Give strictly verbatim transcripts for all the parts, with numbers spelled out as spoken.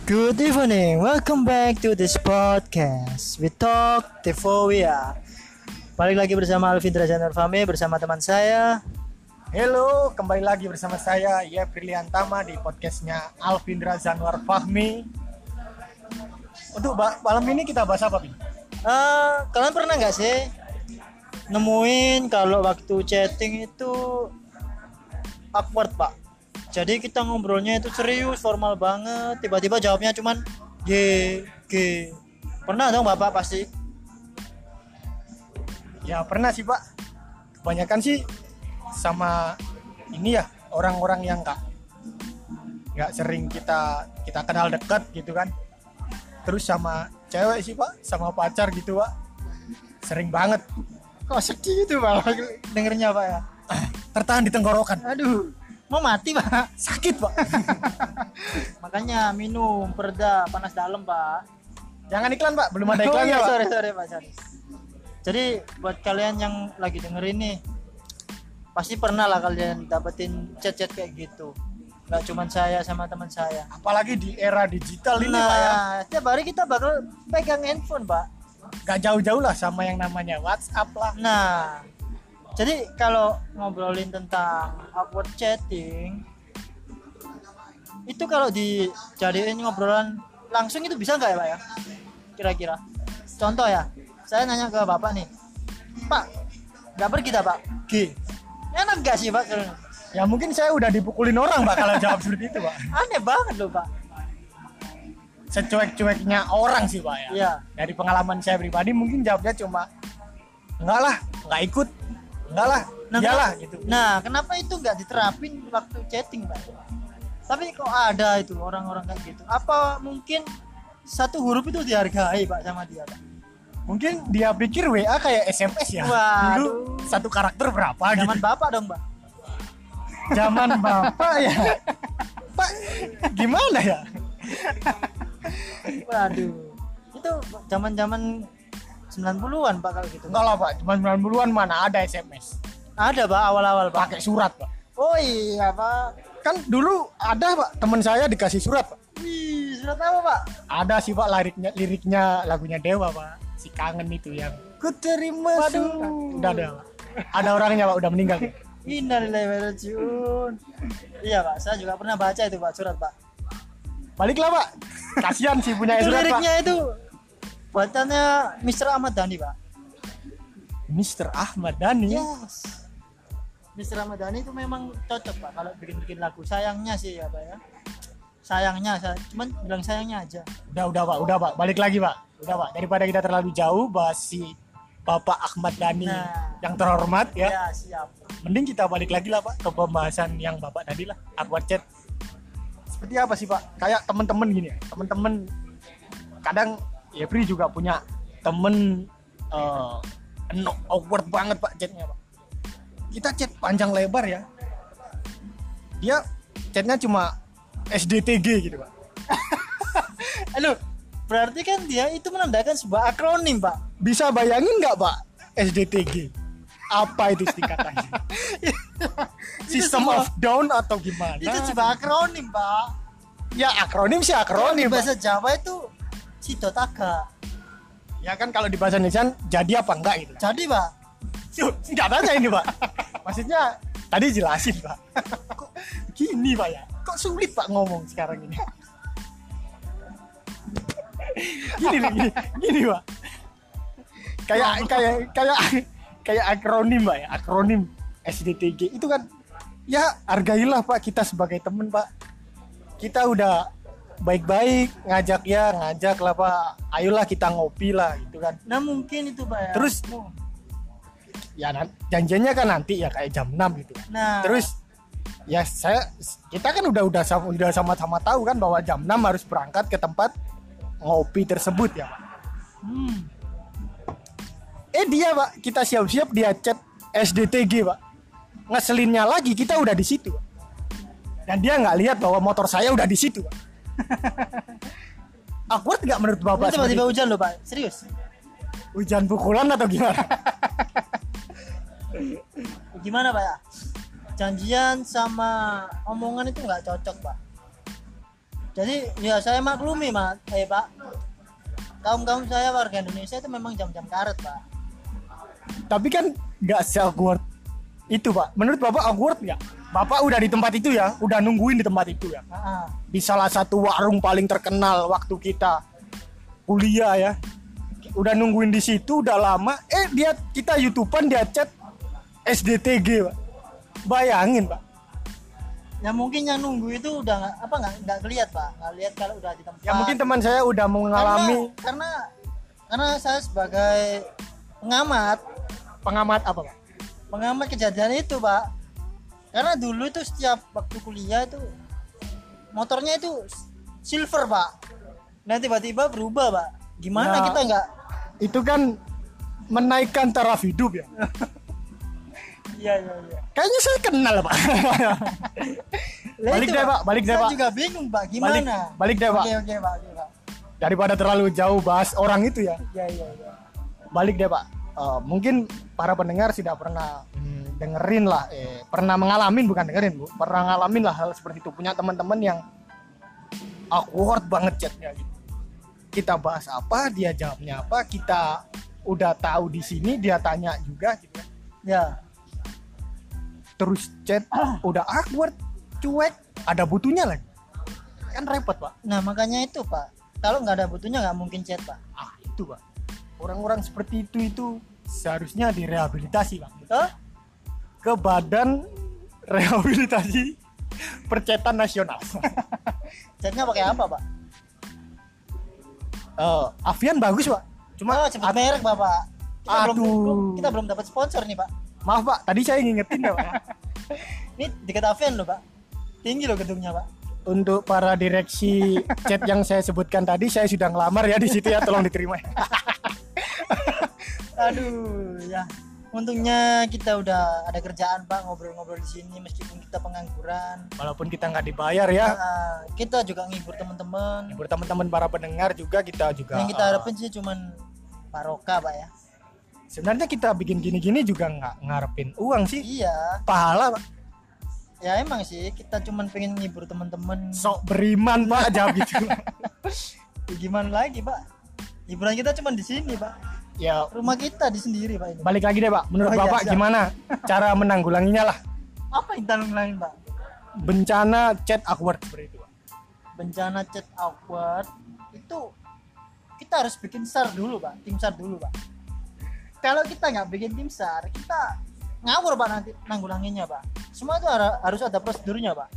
Good evening, welcome back to this podcast. We talk Teforia. Balik lagi bersama Alvindra Januar Fahmi bersama teman saya. Halo, kembali lagi bersama saya Ye Priliantama di podcastnya Alvindra Januar Fahmi. Untuk ba- malam ini kita bahas apa, Bi? Uh, kalian pernah nggak sih nemuin kalau waktu chatting itu awkward, Pak? Jadi kita ngobrolnya itu serius, formal banget. Tiba-tiba jawabnya cuman G, G. Pernah dong Bapak pasti? Ya pernah sih, Pak. Kebanyakan sih sama ini ya, orang-orang yang nggak nggak sering kita kita kenal dekat gitu kan. Terus sama cewek sih, Pak, sama pacar gitu, Pak. Sering banget. Kok sedih itu Pak dengernya, Pak ya? Tertahan di tenggorokan. Aduh, mau mati Pak. Sakit, Pak. Makanya minum pereda panas dalam, Pak. Jangan iklan, Pak. Belum ada Oh iklannya, iya, Pak. sorry sorry Pak, sorry. Jadi buat kalian yang lagi dengerin nih, pasti pernah lah kalian dapetin chat-chat kayak gitu. Nggak cuma saya sama teman saya. Apalagi di era digital ini, Nah, Pak ya. tiap hari kita bakal pegang handphone, Pak. Gak jauh-jauh lah sama yang namanya WhatsApp lah. Nah, jadi kalau ngobrolin tentang awkward chatting, itu kalau dijadiin ngobrolan langsung itu bisa nggak ya, Pak ya? Kira-kira. Contoh ya, saya nanya ke Bapak nih, Pak, nggak pergi dah Pak? G. Enak nggak sih Pak? Ya mungkin saya udah dipukulin orang, Pak, kalau jawab seperti itu, Pak. Aneh banget loh, Pak. Secuek-cueknya orang sih, Pak ya. Iya. Dari pengalaman saya pribadi mungkin jawabnya cuma enggak lah, enggak ikut. Enggak lah, Nah, iyalah kenapa, gitu. Nah, kenapa itu nggak diterapin waktu chatting, Pak? Tapi kok ada itu orang-orang kayak gitu? Apa mungkin satu huruf itu dihargai, Pak, sama dia, Pak? Mungkin dia pikir W A kayak S M S ya. Waduh. Dulu satu karakter berapa Zaman gitu. Bapak dong, Pak. Zaman Bapak ya. Pak, gimana ya? Waduh. Itu zaman-zaman sembilan puluhan, Pak, kalau gitu. Enggak lah, Pak. Zaman sembilan puluhan mana ada S M S. Ada, Pak, awal-awal, Pak. Pakai surat, Pak. Oh iya, Pak. Kan dulu ada, Pak, teman saya dikasih surat, Pak. Wih, surat apa, Pak? Ada sih, Pak, liriknya liriknya lagunya Dewa, Pak. Si kangen itu yang Ku terima Waduh, surat. udah ada, Pak. Ada orangnya, Pak, udah meninggal. Innalillahi wa inna ilaihi raji'un. Iya, Pak, saya juga pernah baca itu, Pak, surat, Pak. Baliklah, Pak. Kasihan sih punya Itu surat, Pak. liriknya itu buatannya mister Ahmad Dhani, Pak. mister Ahmad Dhani. Yes. mister Ahmad Dhani itu memang cocok, Pak, kalau bikin-bikin lagu. Sayangnya sih ya, Pak ya. Sayangnya, saya cuman bilang sayangnya aja. Udah, udah, Pak. Udah, Pak. Balik lagi, Pak. Udah, Pak. Daripada kita terlalu jauh bahas si Bapak Ahmad Dhani Nah. yang terhormat ya. Ya, siap. Mending kita balik lagi lah, Pak, ke pembahasan yang Bapak tadi lah, awkward chat. Seperti apa sih, Pak? Kayak temen-temen gini ya. Temen-temen kadang Yepri juga punya temen uh, no, awkward banget, Pak, chatnya, Pak. Kita chat panjang lebar ya. Dia chatnya cuma S D T G gitu, Pak. Aduh, berarti kan dia itu menandakan sebuah akronim, Pak. Bisa bayangin nggak, Pak, S D T G? Apa itu singkatannya? System sebuah- of Down atau gimana? Itu sebuah akronim, Pak. Ya akronim sih Kalau di akronim, Pak. bahasa Jawa itu Sidotaga. Ya kan kalau di bahasa Indonesia jadi apa enggak gitu. Jadi, Pak, Yuk, enggak tanya ini, Pak. Maksudnya tadi jelasin, Pak. Kok gini, Pak ya? Kok sulit, Pak, ngomong sekarang ini? Gini nih, gini, gini, Pak. Kayak kayak kayak kayak akronim, Pak ya. Akronim S D T G itu kan ya hargailah, Pak, kita sebagai teman, Pak. Kita udah baik-baik ngajak ya, ngajak lah, Pak. Ayolah kita ngopi lah gitu kan. nah mungkin itu, Pak ya. Terus ya nan- janjiannya kan nanti ya kayak jam enam gitu kan. Nah, Terus ya saya kita kan udah udah sama udah sama-sama tahu kan bahwa jam enam harus berangkat ke tempat ngopi tersebut ya, Pak. hmm, Eh dia, Pak, kita siap-siap dia chat S D T G, Pak. Ngeselinnya lagi kita udah di situ, Pak. Dan dia nggak lihat bahwa motor saya udah di situ, Pak. Awkward nggak menurut Bapak? ini tiba-tiba seperti hujan loh, Pak. Serius. itu? Hujan pukulan atau gimana? Gimana, Pak ya? Janjian sama omongan itu nggak cocok, Pak. Jadi ya saya maklumi Mak, eh Pak. Kaum-kaum saya warga Indonesia itu memang jam-jam karet Pak. Tapi kan nggak se-awkward itu Pak. Menurut Bapak awkward nggak? Bapak udah di tempat itu ya, udah nungguin di tempat itu ya. Ah, Di salah satu warung paling terkenal waktu kita kuliah ya. Udah nungguin di situ udah lama. Eh dia kita YouTubean dia chat S D T G Pak. Bayangin Pak. ya mungkin yang nunggu itu udah nggak apa nggak nggak kelihat Pak, nggak lihat kalau udah di tempat. Ya mungkin teman saya udah mengalami karena, karena karena saya sebagai pengamat pengamat apa Pak? pengamat kejadian itu Pak. Karena dulu itu setiap waktu kuliah itu motornya itu silver Pak. Nah tiba-tiba berubah Pak. Gimana Ya, kita nggak? Itu kan menaikkan taraf hidup ya. Iya iya iya. Kayaknya saya kenal Pak. Lah Balik itu, deh, Pak. Balik deh, Saya Pak. juga bingung Pak. Gimana? Balik, balik deh Pak. Oke oke Pak. Oke Pak. Daripada terlalu jauh bahas orang itu ya. Iya iya iya. Balik deh Pak. Eh, mungkin para pendengar sudah pernah hmm, dengerin lah, eh, pernah mengalamin bukan dengerin Bu, pernah ngalamin lah hal seperti itu. Punya teman-teman yang awkward banget chatnya gitu. Kita bahas apa, dia jawabnya apa, kita udah tahu di sini, dia tanya juga gitu ya. Ya. Terus chat udah awkward, cuek, ada butuhnya lagi. Kan repot Pak. Nah makanya itu Pak. Kalau nggak ada butuhnya nggak mungkin chat Pak. Ah itu Pak. Orang-orang seperti itu itu seharusnya direhabilitasi Pak. Betul? Ke badan rehabilitasi percetan nasional. Chatnya pakai apa Pak? Eh, Avian bagus Pak. Cuma Oh, sebut merek Bapak. Kita belum, Aduh. belum kita belum dapat sponsor nih Pak. maaf Pak, tadi saya ngingetin ya Pak. Ini dekat Avian loh Pak. Tinggi loh gedungnya Pak. Untuk para direksi chat yang saya sebutkan tadi, saya sudah ngelamar ya di situ ya, tolong diterima. Aduh ya. Untungnya kita udah ada kerjaan Pak, ngobrol-ngobrol di sini meskipun kita pengangguran. Walaupun kita nggak dibayar ya. Nah, kita juga ngibur teman-teman. Buat teman-teman para pendengar juga kita juga. Yang kita eh, harapin sih cuman barokah Pak ya. sebenarnya kita bikin gini-gini juga nggak ngarepin uang sih, Iya. pahala Pak. Ya emang sih kita cuman pengen ngibur teman-teman. Sok beriman Pak, jawab gitu. Ya, gimana lagi Pak? Hiburan kita cuman di sini Pak. Ya Rumah kita di sendiri Pak ini. balik lagi deh Pak, menurut Oh, iya, Bapak siap. gimana cara menanggulanginya lah Apa yang tanggung lain Pak? bencana chat awkward seperti itu Pak? Bencana chat awkward itu kita harus bikin SAR dulu Pak, tim SAR dulu Pak. Kalau kita nggak bikin tim SAR, kita ngawur Pak nanti nanggulanginnya Pak. Semua itu har- harus ada prosedurnya Pak.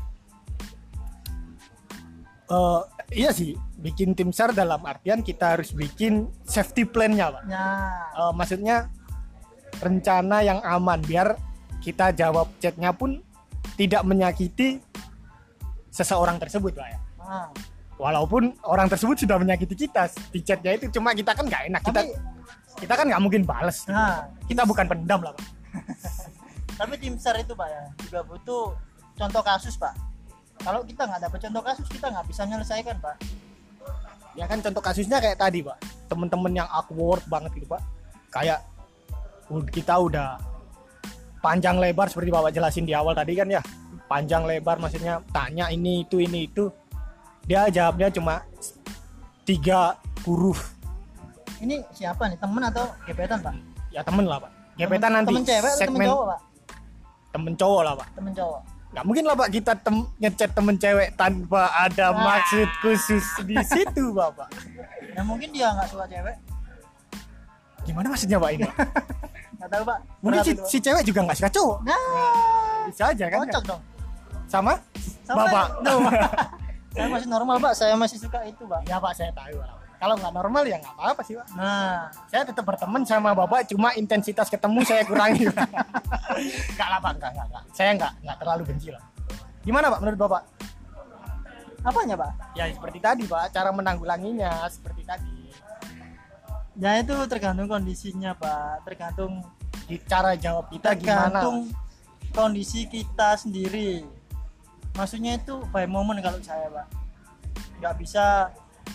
Eh, iya sih, bikin tim SAR dalam artian kita harus bikin safety plan-nya Pak. Nah, Eh, maksudnya rencana yang aman biar kita jawab chatnya pun tidak menyakiti seseorang tersebut Pak ya. nah. Walaupun orang tersebut sudah menyakiti kita di chatnya itu, cuma kita kan nggak enak, kita Tapi, kita kan nggak mungkin bales. nah, Kita bukan pendam lah Pak. tapi tim SAR itu Pak ya juga butuh contoh kasus Pak. Kalau kita nggak dapat contoh kasus, kita nggak bisa menyelesaikan Pak. Ya kan contoh kasusnya kayak tadi Pak, temen-temen yang awkward banget gitu Pak, kayak ud- kita udah panjang lebar seperti Bapak jelasin di awal tadi kan ya, panjang lebar maksudnya tanya ini itu ini itu, dia jawabnya cuma tiga huruf. Ini siapa nih, temen atau gebetan Pak? Ya temen lah Pak, gebetan nanti Temen cewek atau temen segmen cowok Pak? temen cowok lah Pak. Temen cowok. Nggak mungkin lah Pak kita tem- ngechat temen cewek tanpa ada Ah. maksud khusus di situ Bapak. Ya mungkin dia nggak suka cewek. Gimana maksudnya Pak ini? Nggak tahu Pak. Mungkin si, Berat itu. si cewek juga nggak suka cowok. Nah, Bisa aja kan? cocok dong. Sama? Sama Bapak. Tuh. Saya masih normal Pak, saya masih suka itu Pak. Ya Pak, saya tahu Pak. Kalau nggak normal ya nggak apa-apa sih Pak. Nah, Saya tetap berteman sama Bapak, cuma intensitas ketemu saya kurangi. Pak. Nggak lah Pak, nggak, nggak, nggak. Saya nggak, nggak terlalu benci lah. Gimana Pak menurut Bapak? apanya Pak? Ya seperti tadi Pak, cara menanggulanginya seperti tadi. Ya itu tergantung kondisinya Pak, tergantung Di cara jawab kita gimana? tergantung kondisi kita sendiri. Maksudnya itu by moment kalau saya Pak. Nggak bisa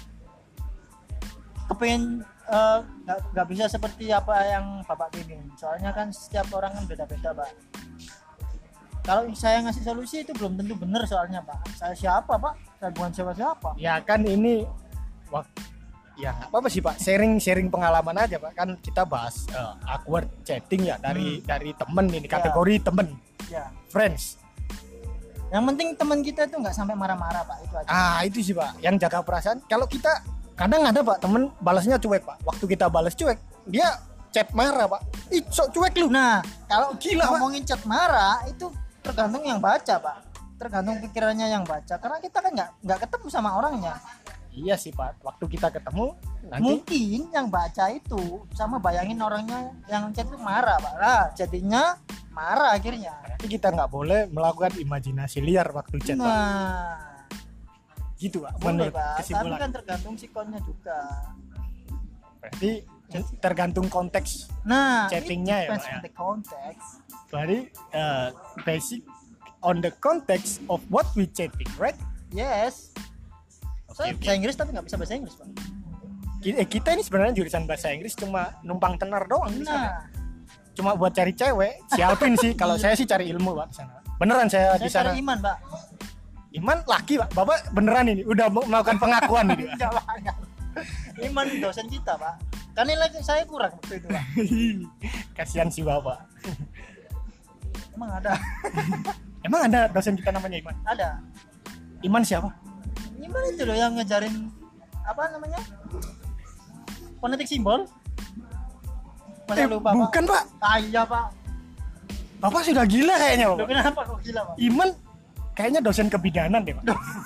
kepengen eh, nggak nggak bisa seperti apa yang Bapak ingin. Soalnya kan setiap orang kan beda-beda Pak. Kalau saya ngasih solusi itu belum tentu benar soalnya Pak. Saya siapa Pak? Saya bukan siapa-siapa. Ya kan ini waktu ya nggak apa-apa sih Pak, sharing-sharing pengalaman aja Pak. Kan kita bahas uh, awkward chatting ya dari hmm. dari temen ini, kategori ya. Temen ya. Friends. Yang penting teman kita itu nggak sampai marah-marah Pak, itu aja. Ah itu sih Pak, yang jaga perasaan. Kalau kita kadang ada Pak temen balasnya cuek Pak, waktu kita balas cuek dia chat marah Pak, ih sok cuek lu. Nah kalau gila ngomongin Pak. Chat marah itu tergantung yang baca Pak, tergantung pikirannya yang baca, karena kita kan nggak nggak ketemu sama orangnya. Iya sih Pak, waktu kita ketemu nanti mungkin yang baca itu sama bayangin orangnya yang chat itu marah Pak, lah jadinya marah akhirnya. Tapi kita nggak boleh melakukan imajinasi liar waktu chat nah, Pak. Gitu Pak, boleh menurut Pak, kesimpulan. tapi kan tergantung sikonnya juga. Berarti tergantung konteks nah, chattingnya ya Pak ya. The context. Berarti uh, basic on the context of what we chatting, right? Yes. Saya Okay, bahasa Inggris tapi nggak bisa bahasa Inggris Pak. Eh, kita ini sebenarnya jurusan bahasa Inggris cuma numpang tenar doang di sana. Nah, Cuma buat cari cewek, si Alvin sih. Kalau saya sih cari ilmu Pak di sana. Beneran saya, saya di sana. cari iman Pak. Iman laki Pak. Bapak beneran ini udah mau melakukan pengakuan ini Pak. Enggak Pak, enggak. Iman dosen kita Pak. Kan nilai saya kurang waktu itu Pak. Kasihan si Bapak. Emang ada? Emang ada dosen kita namanya Iman? Ada. Iman siapa? Iman itu loh yang ngejarin apa namanya? Fonetik simbol. Masa Eh, lupa bukan Pak. Ah iya Pak. Bapak sudah gila kayaknya Loh, Pak. kenapa kok gila Pak? Iman kayaknya dosen kebidanan deh Pak.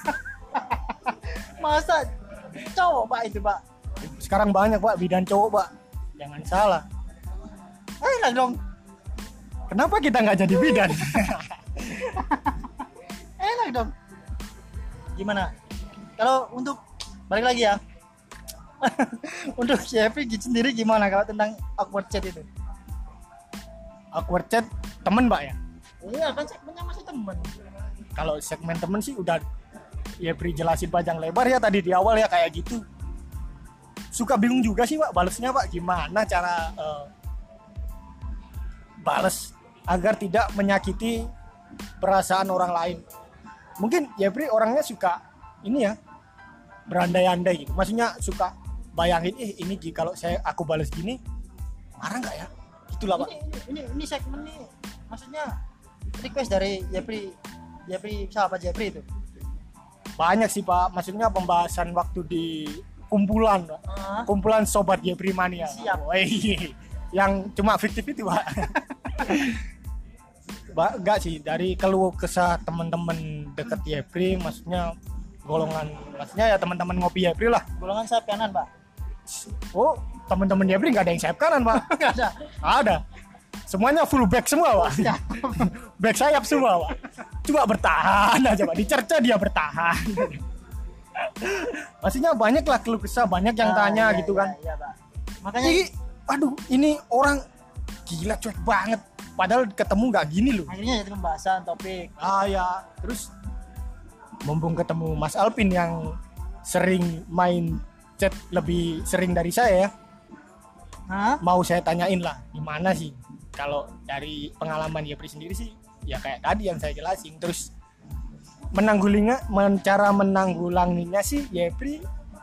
Masa cowok Pak itu Pak? Sekarang banyak Pak bidan cowok Pak. Jangan salah. Enak dong. Kenapa kita nggak jadi bidan? Enak dong. Gimana? Kalau untuk balik lagi ya. Untuk Jeffrey sendiri gimana kalau tentang awkward chat itu? Awkward chat temen Pak ya? Iya kan segmennya masih temen. Kalau segmen temen sih udah ya beri jelasin panjang lebar ya tadi di awal ya kayak gitu. Suka bingung juga sih Pak balesnya Pak, gimana cara uh, bales agar tidak menyakiti perasaan orang lain. Mungkin Jeffrey orangnya suka ini ya berandai-andai gitu, maksudnya suka bayangin eh ini kalau saya aku balas gini marah nggak ya, itulah Pak. Ini, ini, ini, ini segmen nih maksudnya request dari Jeffrey Jeffrey sahabat Jeffrey itu banyak sih Pak, maksudnya pembahasan waktu di kumpulan Pak. uh, Kumpulan sobat Jeffrey Mania. Siap. Oh, iya. Yang cuma fiktif itu Pak. Ba, enggak sih, dari keluh kesah teman-teman deket Jeffrey, maksudnya golongan, maksudnya ya teman-teman ngopi Jeffrey lah. golongan sayap kanan Pak. Oh, teman-teman Jeffrey nggak ada yang sayap kanan Pak. Nggak ada. Ada. Semuanya full back semua Pak. Back sayap semua Pak. Coba bertahan aja Pak. Dicerca dia bertahan. Maksudnya banyak lah keluh kesah, banyak yang Nah, tanya iya, gitu iya, kan. iya, Pak. Makanya Ih, aduh, ini orang gila cuek banget. Padahal ketemu nggak gini loh. akhirnya jadi pembahasan topik. Ah ya, terus mumpung ketemu Mas Alvin yang sering main chat lebih sering dari saya ya, Hah? mau saya tanyain lah gimana sih kalau dari pengalaman Jeffrey sendiri sih ya kayak tadi yang saya jelasin. Terus menanggulinya, men, cara menanggulanginya sih Jeffrey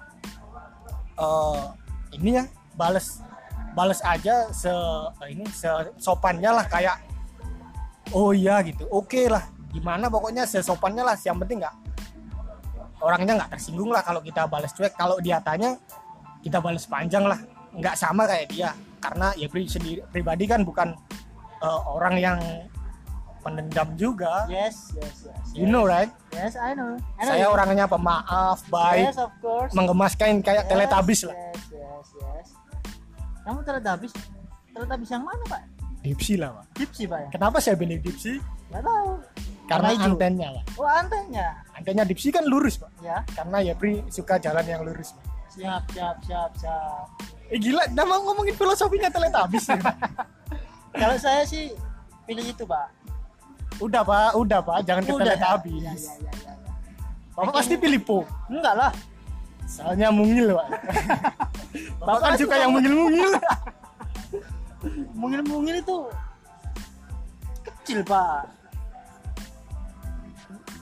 uh, ini ya bales bales aja se ini se sopannya lah, kayak oh iya gitu, oke okay lah, gimana pokoknya sesopannya lah, yang penting nggak orangnya nggak tersinggung lah kalau kita balas cuek. Kalau dia tanya kita balas panjang lah, nggak sama kayak dia, karena ya sendiri pribadi kan bukan uh, orang yang pendendam juga. Yes, yes, yes. You know right? Yes, I know. I know Saya you. orangnya pemaaf, baik, Yes, of course. menggemaskan kayak Yes, Teletubbies lah. Yes, yes, yes. Kamu Teletubbies? Teletubbies yang mana, Pak? Dipsy lah Pak. Dipsy, Pak ya? Kenapa saya pilih Dipsy? Nggak tahu. Karena hijau. antennya Pak. Oh, antennya. Antennya Dipsy kan lurus Pak. Ya. Karena Jeffrey suka jalan yang lurus Pak. Siap, siap, siap, siap. Eh gila, nama ngomongin filosofinya Teletubbies ya. Kalau saya sih pilih itu, Pak. Udah Pak, udah Pak, jangan ke Udah, Teletubbies. ya, ya, ya, ya, ya. Bapak pasti pilih Po. Enggak lah. Soalnya mungil Pak. Bapak Bapak kan sih suka kalau- yang mungil-mungil. Mungil-mungil itu kecil, Pak.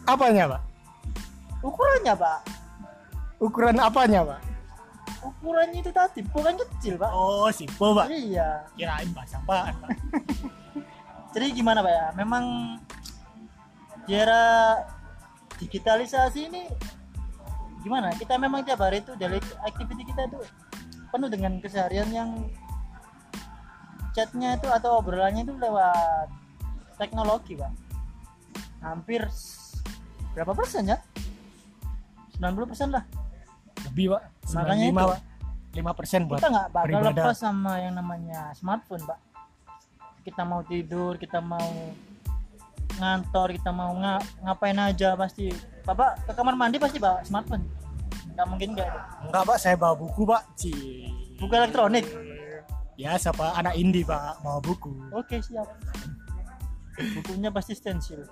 Apanya pak? Ukurannya pak, Ukuran apanya pak? ukurannya itu tadi bukan kecil pak. Oh simple pak. Iya. Kirain bahasa apaan pak? Jadi gimana pak ya? Memang di era digitalisasi ini gimana? Kita memang tiap hari itu daily activity kita itu penuh dengan keseharian yang chatnya itu atau obrolannya itu lewat teknologi pak. Hampir berapa persen ya? sembilan puluh persen lah. Lebih pak. Makanya lima, itu pak. lima persen buat kita nggak bakal beribadah. lepas sama yang namanya smartphone pak. Kita mau tidur, kita mau ngantor, kita mau nga- ngapain aja pasti bapak ke kamar mandi pasti bawa smartphone. Nggak mungkin nggak itu. Enggak pak, saya bawa buku pak. Ci. Buku elektronik. Biasa pak, anak indie pak, bawa buku. Oke siap. Bukunya pasti stensil.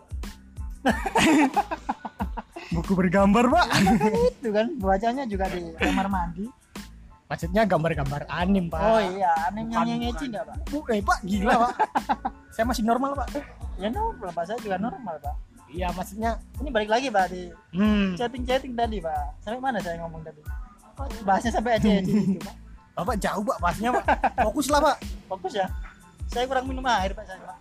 Buku bergambar pak. Itu kan bacanya juga di kamar mandi. Maksudnya gambar-gambar anim pak. Oh iya, aneh yang Bukan, ngeci bukan. nggak pak? Bu, eh pak gila pak. Saya masih normal pak. Ya normal pak, saya juga normal pak. Iya maksudnya. Ini balik lagi pak di Hmm. chatting-chatting tadi pak. Sampai mana saya ngomong tadi? Oh, bahasnya sampai aja itu pak. Bapak jauh pak bahasnya pak. Fokus lah pak. Fokus ya. Saya kurang minum air pak saya pak.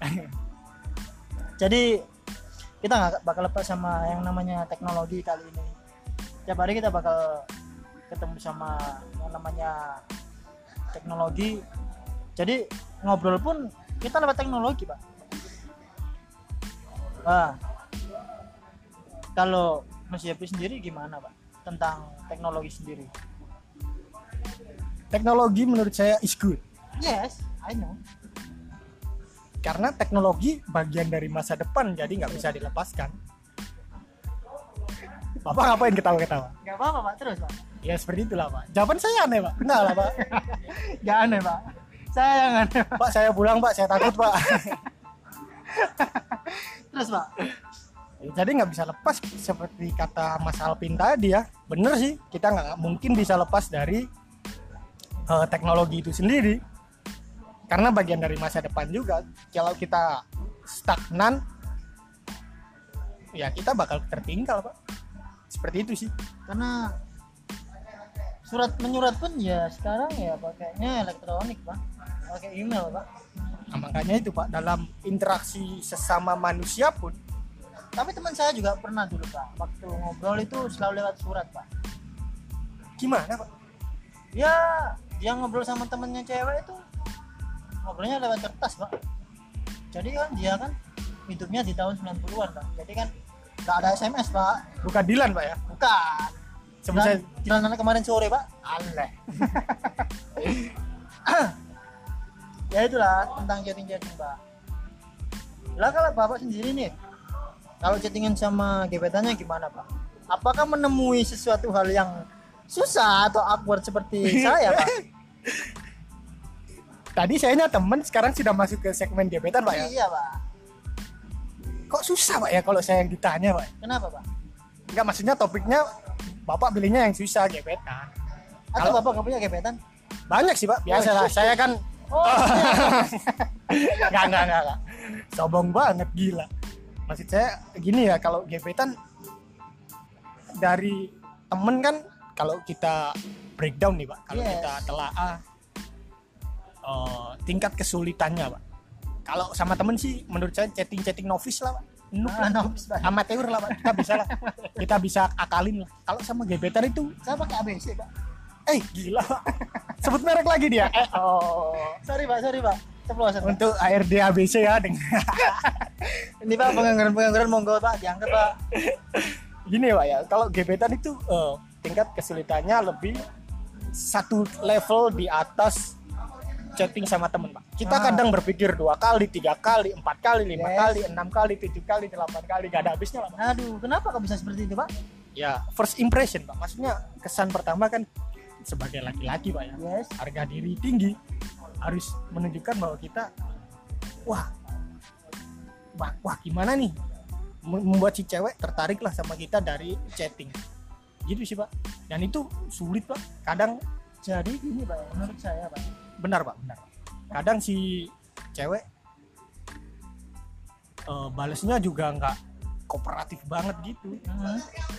Jadi kita nggak bakal lepas sama yang namanya teknologi kali ini. Tiap hari kita bakal ketemu sama yang namanya teknologi. Jadi ngobrol pun kita lewat teknologi pak. Wah, kalau Mas Yepri sendiri gimana pak tentang teknologi sendiri? Teknologi menurut saya is good. Yes, I know. Karena teknologi bagian dari masa depan, jadi nggak bisa dilepaskan. Bapak ngapain ketawa-ketawa? Gak apa-apa pak, terus pak. Ya seperti itulah pak. Jawaban saya aneh pak. Enggak lah pak. Gak aneh pak. Saya yang aneh pak. Pak saya pulang pak, saya takut pak. Terus pak. Jadi nggak bisa lepas seperti kata Mas Alpin tadi ya. Bener sih, kita nggak mungkin bisa lepas dari uh, teknologi itu sendiri. Karena bagian dari masa depan juga. Kalau kita stagnan, ya kita bakal tertinggal pak. Seperti itu sih. Karena surat menyurat pun ya sekarang ya pakainya elektronik pak, pakai email pak. Nah, makanya itu pak, dalam interaksi sesama manusia pun. Tapi teman saya juga pernah dulu pak, waktu ngobrol itu selalu lewat surat pak. Gimana pak? Ya dia ngobrol sama temennya cewek itu ngobrolnya lewat kertas pak. Jadi kan dia kan hidupnya di tahun sembilan puluhan pak. Jadi kan nggak ada S M S pak. Bukan Dilan pak ya? Bukan. Sebut saya Jalan anak kemarin sore pak. aneh. Ya itulah tentang chatting-chatting pak. Lah kalau bapak sendiri nih, kalau chattingan sama gebetannya gimana pak? Apakah menemui sesuatu hal yang susah atau awkward seperti saya pak? Tadi sayanya temen, sekarang sudah masuk ke segmen gebetan pak ya? Iya pak. Kok susah pak ya kalau saya yang ditanya pak? Kenapa pak? Enggak, maksudnya topiknya bapak pilihnya yang susah, gebetan. Atau Kalau- bapak nggak punya gebetan? Banyak sih pak, biasa lah. Saya kan Oh, nggak nggak nggak nggak. Sombong banget, gila. Maksud saya gini ya, kalau gebetan dari temen kan, kalau kita breakdown nih pak, kalau Yes. kita telaah eh, tingkat kesulitannya pak. Kalau sama temen sih menurut saya chatting-chatting novice lah pak. Noob Ah, lah, novice, Pak. amatir lah pak. Kita bisa lah, kita bisa akalin lah. Kalau sama gebetan itu, saya pakai A B C pak. eh gila pak. Sebut merek lagi dia. Eh oh. Sorry pak, sorry pak. Ceplosan pak. Untuk A R D A B C ya dengan Ini pak pengangguran-pengangguran monggo pak, diangkat pak. gini ya pak ya, kalau gebetan itu eh, tingkat kesulitannya lebih satu level di atas chatting sama temen pak. Kita Ah. kadang berpikir dua kali, tiga kali, empat kali, lima Yes. kali, enam kali, tujuh kali, delapan kali, gak ada habisnya lah pak. Aduh, kenapa kok bisa seperti itu pak? Ya first impression pak, maksudnya kesan pertama kan sebagai laki-laki pak ya, Yes. harga diri tinggi, harus menunjukkan bahwa kita wah wah, wah gimana nih, Mem- membuat si cewek tertarik lah sama kita dari chatting gitu sih pak. Dan itu sulit pak, kadang. Jadi gini pak, menurut saya pak. Benar pak, benar. Kadang si cewek uh, balesnya juga nggak kooperatif banget gitu. Hmm.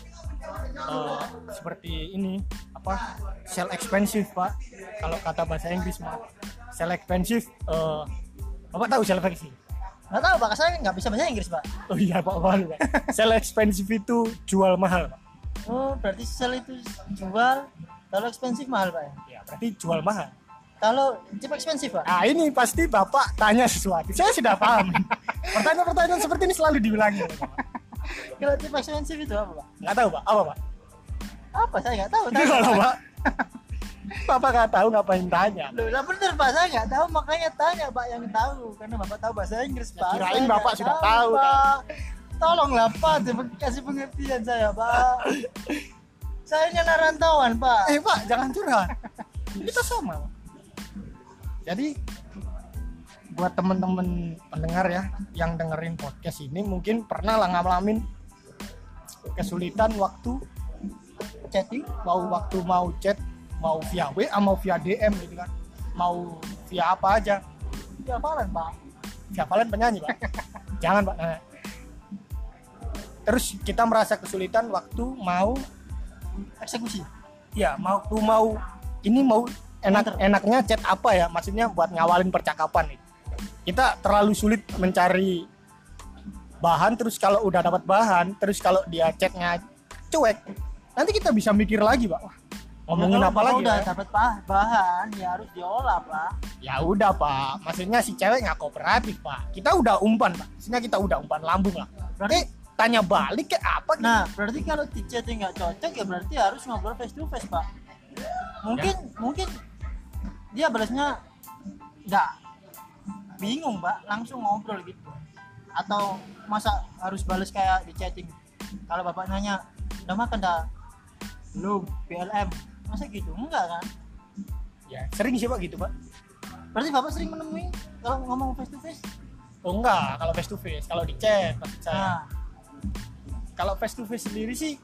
Uh, seperti ini apa sell expensive pak, kalau kata bahasa Inggris mah sell expensive. Uh, Bapak tahu sell expensive? Nggak tahu pak, saya nggak bisa bahasa Inggris pak. Oh iya pak, malu pak. Sell expensive itu jual mahal pak. Oh berarti sell itu jual, kalau expensive mahal pak ya? Ya berarti jual mahal. Kalau cheap expensive pak? Ah ini pasti bapak tanya sesuatu, saya sudah paham. Pertanyaan-pertanyaan seperti ini selalu diulangi. Kalau cheap expensive itu apa pak? Nggak tahu pak, apa pak? Apa saya nggak tahu. Itu kalau pak, bapak nggak tahu ngapain tanya? Loh lah bener pak, saya nggak tahu makanya tanya pak yang tahu, karena bapak tahu bahasa Inggris Ya, pak. kirain Saya bapak nggak sudah tahu, pak. Tolonglah pak, kasih pengertian saya pak. Saya ini anak rantauan pak. Eh pak, jangan curhat. Kita sama pak. Jadi buat teman-teman pendengar ya yang dengerin podcast ini mungkin pernah lah ngalamin kesulitan waktu chatting, mau waktu mau chat, mau via W A, mau via D M gitu kan, mau via apa aja. Ya Valen pak. Via Valen penyanyi pak. Jangan pak. Nah. Terus kita merasa kesulitan waktu mau Eksekusi. ya mau tuh mau ini mau enak enaknya chat apa ya, maksudnya buat ngawalin percakapan nih. Kita terlalu sulit mencari bahan, terus kalau udah dapat bahan, terus kalau dia chatnya cuek, nanti kita bisa mikir lagi pak, wah, ngomongin Ya, apa lagi udah ya? dapat bahan ya harus diolah pak. Ya udah pak, maksudnya si cewek nggak kooperatif pak, kita udah umpan pak, maksudnya kita udah umpan lambung lah. Berarti eh tanya balik kayak apa gitu. nah berarti kalau di chatting nggak cocok ya berarti harus ngobrol face to face pak. Mungkin Ya. mungkin dia balasnya nggak, bingung pak, langsung ngobrol gitu. Atau masa harus balas kayak di chatting, kalau bapak nanya udah makan dah belum B L M, masa gitu? Enggak kan? Ya sering sih pak gitu pak. Berarti bapak sering menemui kalau ngomong face to face? Oh enggak, kalau face to face, kalau di chat maksud saya. Nah, Kalau face to face sendiri sih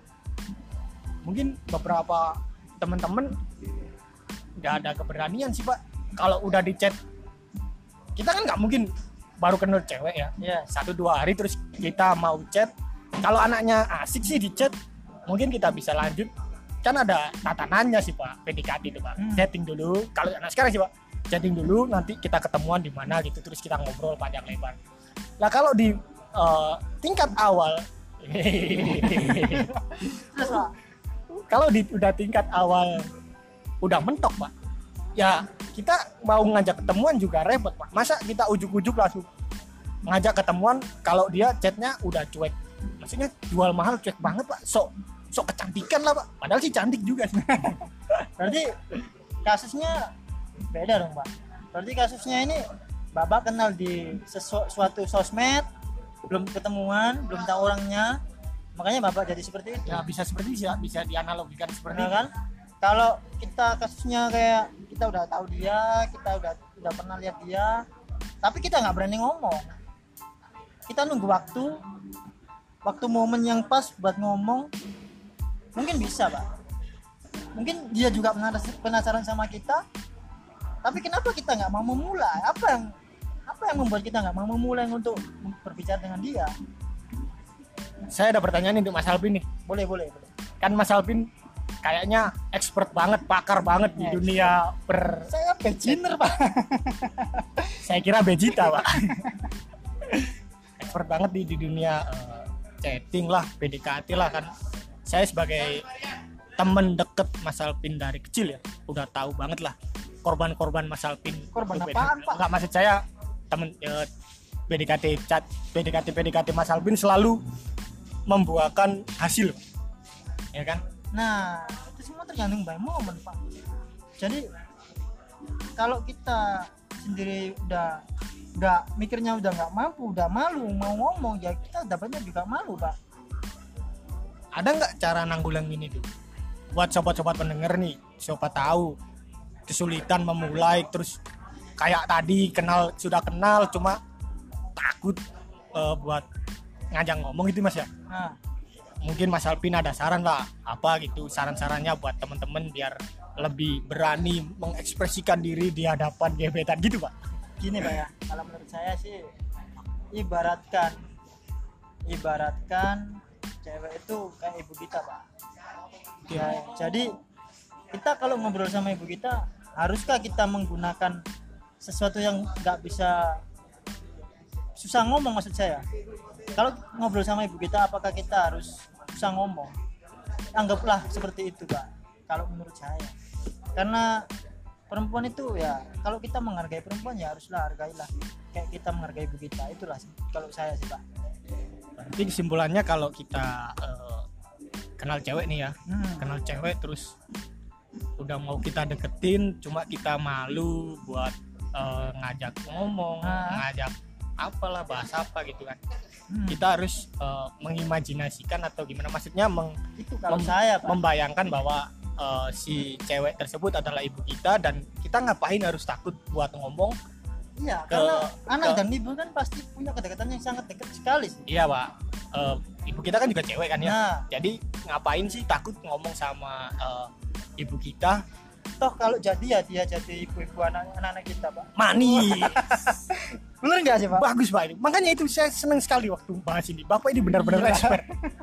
mungkin beberapa teman-teman nggak ada keberanian sih pak. Kalau udah di chat, kita kan nggak mungkin baru kenal cewek ya, ya. satu dua hari terus kita mau chat. Kalau anaknya asik sih di chat, mungkin kita bisa lanjut. Kan ada tatanannya sih pak, P D K T itu pak. Hmm. Chatting dulu. Kalau anak sekarang sih pak, chatting dulu, nanti kita ketemuan di mana gitu, terus kita ngobrol panjang lebar. Nah kalau di uh, tingkat awal, Terus pak, kalau di udah tingkat awal udah mentok pak, ya kita mau ngajak ketemuan juga repot pak. Masa kita ujuk-ujuk langsung ngajak ketemuan kalau dia chatnya udah cuek, maksudnya jual mahal cuek banget pak, sok sok kecantikan lah pak, padahal sih cantik juga sih. berarti kasusnya beda dong pak. Berarti kasusnya ini bapak kenal di sesu- suatu sosmed, belum ketemuan, belum tahu orangnya, makanya bapak jadi seperti itu. Ya bisa seperti itu, bisa dianalogikan seperti Benar itu. kan? Kalau kita kasusnya kayak kita udah tahu dia, kita udah udah pernah lihat dia, tapi kita nggak berani ngomong. Kita nunggu waktu, waktu momen yang pas buat ngomong, mungkin bisa pak. Mungkin dia juga penasaran sama kita, tapi kenapa kita nggak mau memulai? Apa yang apa yang membuat kita nggak mau memulai untuk berbicara dengan dia? Saya ada pertanyaan untuk Mas Alvin nih. Boleh boleh boleh. Kan Mas Alvin kayaknya expert banget, pakar banget di Ya, dunia per. Saya beginner pak. Saya kira Vegeta pak. Expert banget di, di dunia uh, chatting lah, P D K T lah kan. Saya sebagai temen deket Mas Alvin dari kecil ya, udah tahu banget lah korban-korban Mas Alvin. Korban Untuk apaan, P D K T. Pak? Enggak, maksud saya temen uh, P D K T chat, P D K T P D K T Mas Alvin selalu membuahkan hasil, ya kan? Nah, itu semua tergantung by momen, Pak. Jadi kalau kita sendiri udah nggak mikirnya udah nggak mampu, udah malu mau ngomong, ya kita dapatnya juga malu, Pak. Ada nggak cara nanggulangin itu? Buat sobat-sobat pendengar nih, siapa tahu kesulitan memulai, terus kayak tadi kenal sudah kenal cuma takut uh, buat ngajak ngomong gitu Mas ya. Nah, Mungkin Mas Alvin ada saran lah apa gitu, saran-sarannya buat teman-teman biar lebih berani mengekspresikan diri di hadapan gebetan gitu Pak. gini Pak ya, kalau menurut saya sih ibaratkan ibaratkan cewek itu kayak ibu kita pak. Ya, jadi kita kalau ngobrol sama ibu kita, haruskah kita menggunakan sesuatu yang nggak bisa, susah ngomong maksud saya. Kalau ngobrol sama ibu kita, apakah kita harus susah ngomong? Anggaplah seperti itu pak, kalau menurut saya. Karena perempuan itu ya, kalau kita menghargai perempuan ya haruslah hargailah kayak kita menghargai ibu kita. Itulah kalau saya sih pak. Berarti kesimpulannya kalau kita uh, kenal cewek nih ya, hmm. kenal cewek terus udah mau kita deketin, cuma kita malu buat uh, ngajak ngomong, nah. ngajak apalah, bahasa apa gitu kan. Hmm. Kita harus uh, mengimajinasikan atau gimana, maksudnya meng, itu kalau mem- saya Pak. membayangkan bahwa uh, si cewek tersebut adalah ibu kita dan kita ngapain harus takut buat ngomong. Iya, ke, karena anak ke, dan ibu kan pasti punya kedekatan yang sangat dekat sekali sih. Iya Pak, uh, ibu kita kan juga cewek kan ya. Nah. Jadi ngapain sih takut ngomong sama uh, ibu kita? Toh kalau jadi ya dia jadi ibu-ibu anak-anak kita Pak. Manis. Bener nggak sih Pak? Bagus Pak ini. Makanya itu saya senang sekali waktu bahas ini. Bapak ini benar-benar expert.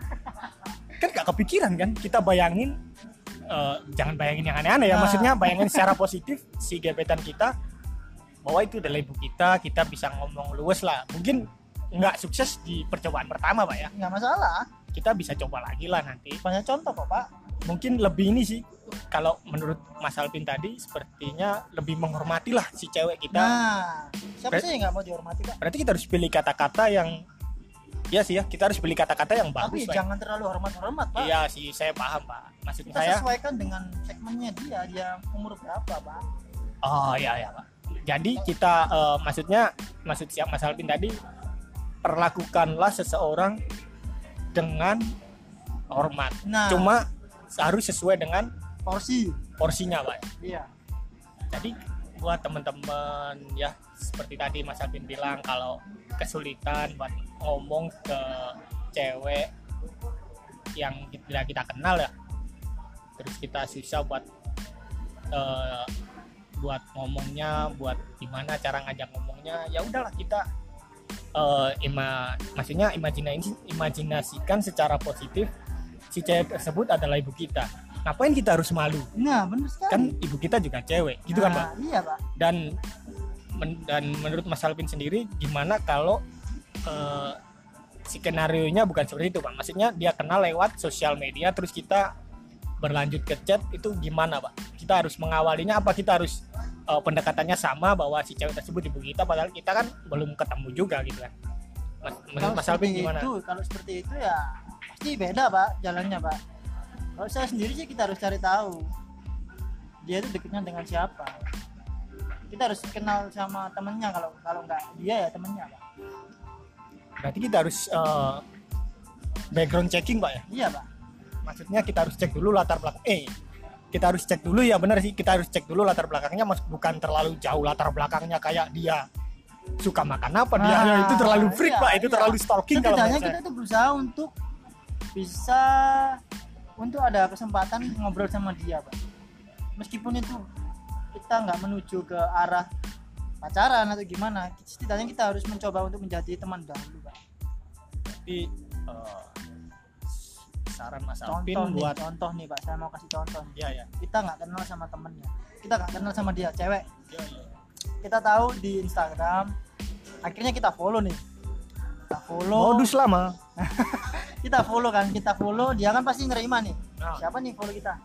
Kan gak kepikiran kan? Kita bayangin, uh, jangan bayangin yang aneh-aneh ya. Nah. Maksudnya bayangin secara positif si gebetan kita bahwa itu adalah ibu kita. Kita bisa ngomong luwes lah. Mungkin nggak sukses di percobaan pertama Pak ya. Nggak masalah. Kita bisa coba lagi lah nanti. Banyak contoh kok Pak. Mungkin lebih ini sih, kalau menurut Mas Alvin tadi sepertinya lebih menghormati lah si cewek kita. Nah, siapa Ber- sih yang nggak mau dihormati Pak? Berarti kita harus pilih kata-kata yang, ya sih ya, kita harus pilih kata-kata yang bagus. Tapi jangan terlalu hormat-hormat Pak. Iya sih, saya paham Pak. Maksud kita saya sesuaikan dengan segmennya dia, dia umur berapa Pak? Oh iya ya Pak. Jadi kita uh, maksudnya, maksud siap Mas Alvin tadi, perlakukanlah seseorang dengan hormat. Nah, cuma harus sesuai dengan porsi porsinya Pak. Iya. Jadi buat teman-teman ya, seperti tadi Mas Alvin bilang, kalau kesulitan buat ngomong ke cewek yang tidak kita kenal ya, terus kita susah buat uh, buat ngomongnya, buat gimana cara ngajak ngomongnya, ya udahlah kita uh, ima, maksudnya imajinasi, imajinasikan secara positif si cewek tersebut adalah ibu kita. Ngapain kita harus malu? Nah, benar sekali. Kan ibu kita juga cewek, gitu nah, kan Pak? Iya Pak. Dan men, dan menurut Mas Alvin sendiri, gimana kalau uh, skenario-nya bukan seperti itu Pak? Maksudnya dia kenal lewat sosial media, terus kita berlanjut ke chat, itu gimana Pak? Kita harus mengawalinya, apa kita harus uh, pendekatannya sama bahwa si cewek tersebut ibu kita, padahal kita kan belum ketemu juga gitu kan? Mas, menurut Mas Alvin gimana? Itu, kalau seperti itu ya pasti beda Pak jalannya Pak. Kalau saya sendiri sih kita harus cari tahu dia itu dekatnya dengan siapa. Kita harus kenal sama temennya, kalau kalau nggak dia ya temennya Pak. Berarti kita harus uh, background checking Pak ya? Iya Pak. Maksudnya kita harus cek dulu latar belakang. Eh, kita harus cek dulu ya, benar sih, kita harus cek dulu latar belakangnya, mas, bukan terlalu jauh latar belakangnya kayak dia suka makan apa, nah, dia itu terlalu freak iya, Pak, itu iya. terlalu stalking. Setidaknya kita itu berusaha untuk bisa untuk ada kesempatan ngobrol sama dia Pak, meskipun itu kita nggak menuju ke arah pacaran atau gimana, setidaknya kita harus mencoba untuk menjadi teman dahulu Pak. Jadi uh, saran Mas Alvin contoh buat nih, contoh nih Pak, saya mau kasih contoh nih. Ya, ya. Kita nggak kenal sama temennya, kita nggak kenal sama dia, cewek. Ya, ya. Kita tahu di Instagram, akhirnya kita follow nih, kita follow. Modus lama. Kita follow kan, kita follow, dia kan pasti nerima nih. Nah. Siapa nih follow kita?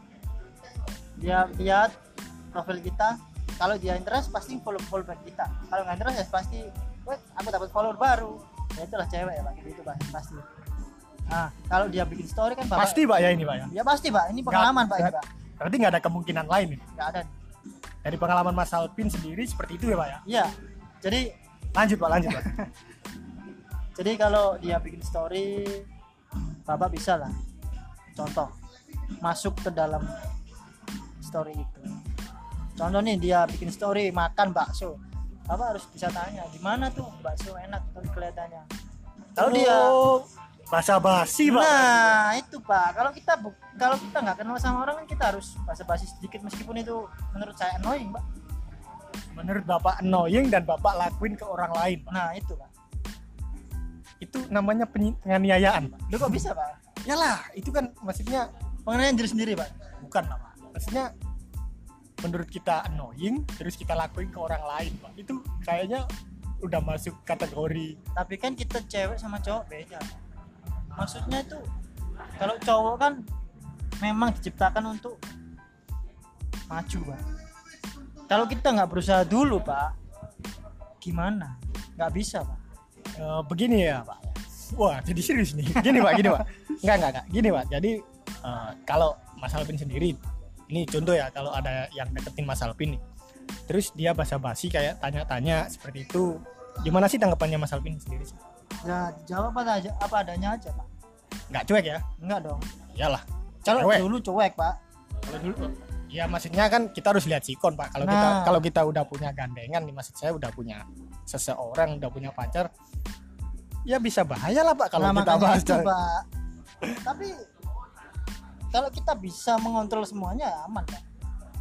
Dia lihat profil kita, kalau dia interest pasti follow follow back kita. Kalau nggak interest ya pasti, wait, aku dapat follower baru. Ya itulah cewek ya Pak, gitu Pak, pasti. Nah, kalau dia bikin story kan Bapak, pasti Pak ya ini Pak ya. Ya pasti Pak, ini pengalaman gak, Pak ini Pak. Berarti nggak ada kemungkinan lain nih. Nggak ada. Dari pengalaman Mas Alvin sendiri seperti itu ya Pak ya. Iya. Jadi lanjut Pak, lanjut Pak. Jadi kalau dia bikin story, Bapak bisa lah, contoh, masuk ke dalam story itu. Contoh nih, dia bikin story makan bakso, Bapak harus bisa tanya, gimana tuh bakso enak tuh kelihatannya. Kalau oh, dia basa-basi Pak. Nah itu Pak, kalau kita kalau kita nggak kenal sama orang kan kita harus basa-basi sedikit, meskipun itu menurut saya annoying Pak. Menurut Bapak annoying dan Bapak lakuin ke orang lain Pak. Nah itu Pak. itu namanya penganiayaan, Pak. Lu kok bisa, Pak? Yalah, itu kan maksudnya Penganiayaan diri sendiri, Pak. bukan lah, Pak. Maksudnya menurut kita annoying terus kita lakuin ke orang lain, Pak. Itu kayaknya udah masuk kategori. Tapi kan kita cewek sama cowok beda. Maksudnya itu kalau cowok kan memang diciptakan untuk maju, Pak. Kalau kita nggak berusaha dulu, Pak, gimana? Nggak bisa, Pak. E, begini ya, Pak. Wah, jadi serius nih. Gini, Pak, gini, Pak. Enggak, enggak, enggak. Gini, Pak. Jadi e, kalau Mas Alvin sendiri, ini contoh ya, kalau ada yang deketin Mas Alvin nih, terus dia basa-basi kayak tanya-tanya seperti itu, gimana sih tanggapannya Mas Alvin sendiri sih? Ya jawab apa aja, apa adanya aja, Pak. Nggak cuek ya? Enggak dong. Iyalah. Kalau Cewek. dulu cuek, Pak. Kalau dulu, ya maksudnya kan kita harus lihat sikon, Pak. Kalau Nah. kita kalau kita udah punya gandengan nih, maksud saya udah punya seseorang, udah punya pacar, ya bisa bahaya lah, Pak, kalau Nah, kita makanya bahas. itu, Pak. Tapi kalau kita bisa mengontrol semuanya ya aman, Pak.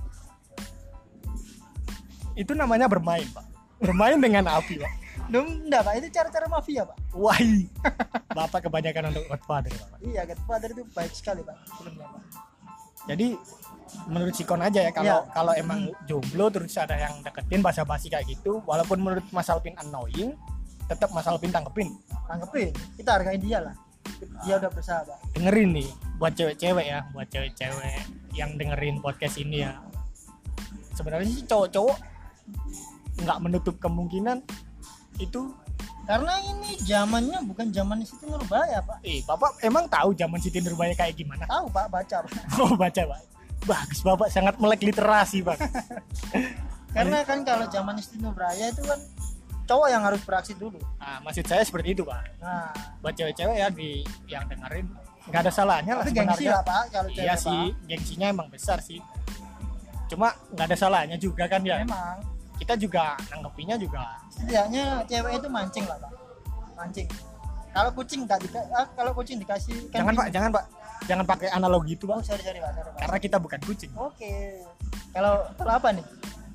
Itu namanya bermain, Pak. Bermain dengan api, Pak. Dong, enggak, Pak. Itu cara-cara mafia, Pak. Wah, Bapak kebanyakan untuk Godfather, Pak. Iya, Godfather itu baik sekali, Pak, filmnya, Pak. Jadi menurut sikon aja ya, kalau Iya. kalau emang jomblo terus ada yang deketin basa-basi kayak gitu, walaupun menurut Mas Alvin annoying, tetap Mas Alvin tanggepin. Tanggepin, kita hargain dia lah. Dia udah berusaha, Pak. Dengerin nih buat cewek-cewek ya, buat cewek-cewek yang dengerin podcast ini ya. Sebenarnya sih cowok-cowok nggak menutup kemungkinan itu. Karena ini zamannya bukan zaman Siti Nurbaya, Pak. Eh, Bapak emang tahu zaman Siti Nurbaya kayak gimana? Tahu, Pak, baca, Pak. Oh, baca, Pak. Bagus, Bapak sangat melek literasi, Pak. Karena kan kalau zaman Siti Nurbaya itu kan cowok yang harus beraksi dulu. Nah, maksud saya seperti itu, Pak. Nah, Buat cewek-cewek ya di yang dengerin nggak ada salahnya lah tapi gengsi sebenarnya. lah, Pak, kalau cewek, Iya Pak. sih, gengsinya emang besar sih. Cuma nggak ada salahnya juga kan ya. Memang Kita juga nanggepinnya juga. setidaknya cewek itu mancing lah, Pak. Mancing. Kalau kucing enggak dika ah, kalau kucing dikasih ikan Jangan, Pak, pinang. jangan, Pak. Jangan pakai analogi itu, Oh, Pak. sorry, sorry, Pak. Sorry, Pak. Karena kita bukan kucing. Oke. Kalau kalau apa nih?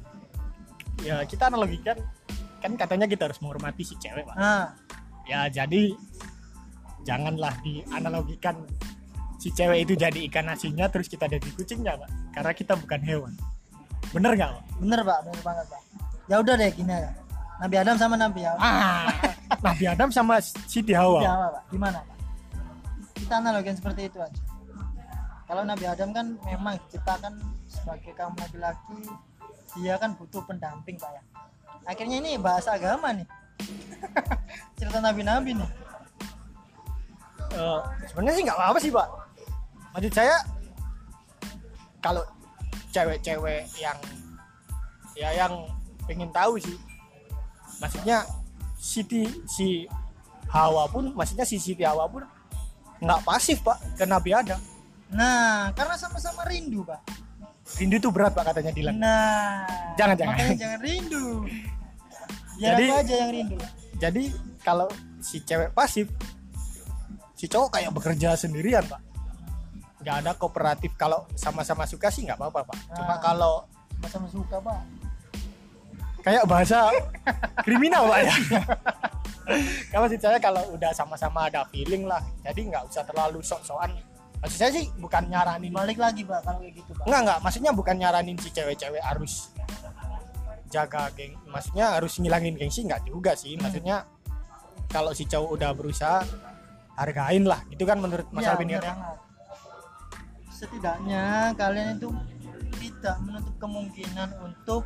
Ya, kita analogikan kan katanya kita harus menghormati si cewek, Pak. Nah, Ya, jadi janganlah dianalogikan si cewek itu jadi ikan asinnya terus kita jadi kucingnya, Pak. Karena kita bukan hewan. Bener nggak, Pak? bener, Pak, bener banget, Pak. Ya udah deh gini aja. Nabi Adam sama Nabi Hawa. Ah, Nabi Adam sama Siti Hawa. Nabi Hawa, Pak. Gimana, Pak? Kita analogikan seperti itu aja. Kalau Nabi Adam kan memang diciptakan sebagai kaum laki-laki, dia kan butuh pendamping, Pak ya. Akhirnya ini bahasa agama nih. Cerita nabi-nabi nih. Eh, sebenarnya sih nggak apa-apa sih, Pak. Maksud saya kalau cewek-cewek yang ya yang pengen tahu sih, maksudnya Siti si Hawa pun, maksudnya si Siti Hawa pun nggak pasif, Pak, ke Nabi Adam. Nah, karena sama-sama rindu, Pak. Rindu itu berat, Pak, katanya Dilan. Nah, Jangan, jangan. makanya jangan rindu. Biar Jadi- aku aja yang rindu. Jadi kalau si cewek pasif, si cowok kayak bekerja sendirian, Pak. Nggak ada kooperatif. Kalau sama-sama suka sih nggak apa-apa, Pak. Cuma Nah. kalau Sama-sama suka, Pak. kayak bahasa kriminal, Pak ya. Kalau maksud saya kalau udah sama-sama ada feeling lah, jadi nggak usah terlalu sok-sokan. Maksud saya sih bukan nyaranin, Balik lagi, Pak, kalau kayak gitu, Pak. enggak enggak, maksudnya bukan nyaranin si cewek-cewek harus jaga geng, maksudnya harus ngilangin gengsi, enggak juga sih. Maksudnya kalau si cowok udah berusaha, hargain lah, itu kan menurut Mas Iya, Alvin benar ya. banget. Setidaknya kalian itu tidak menutup kemungkinan untuk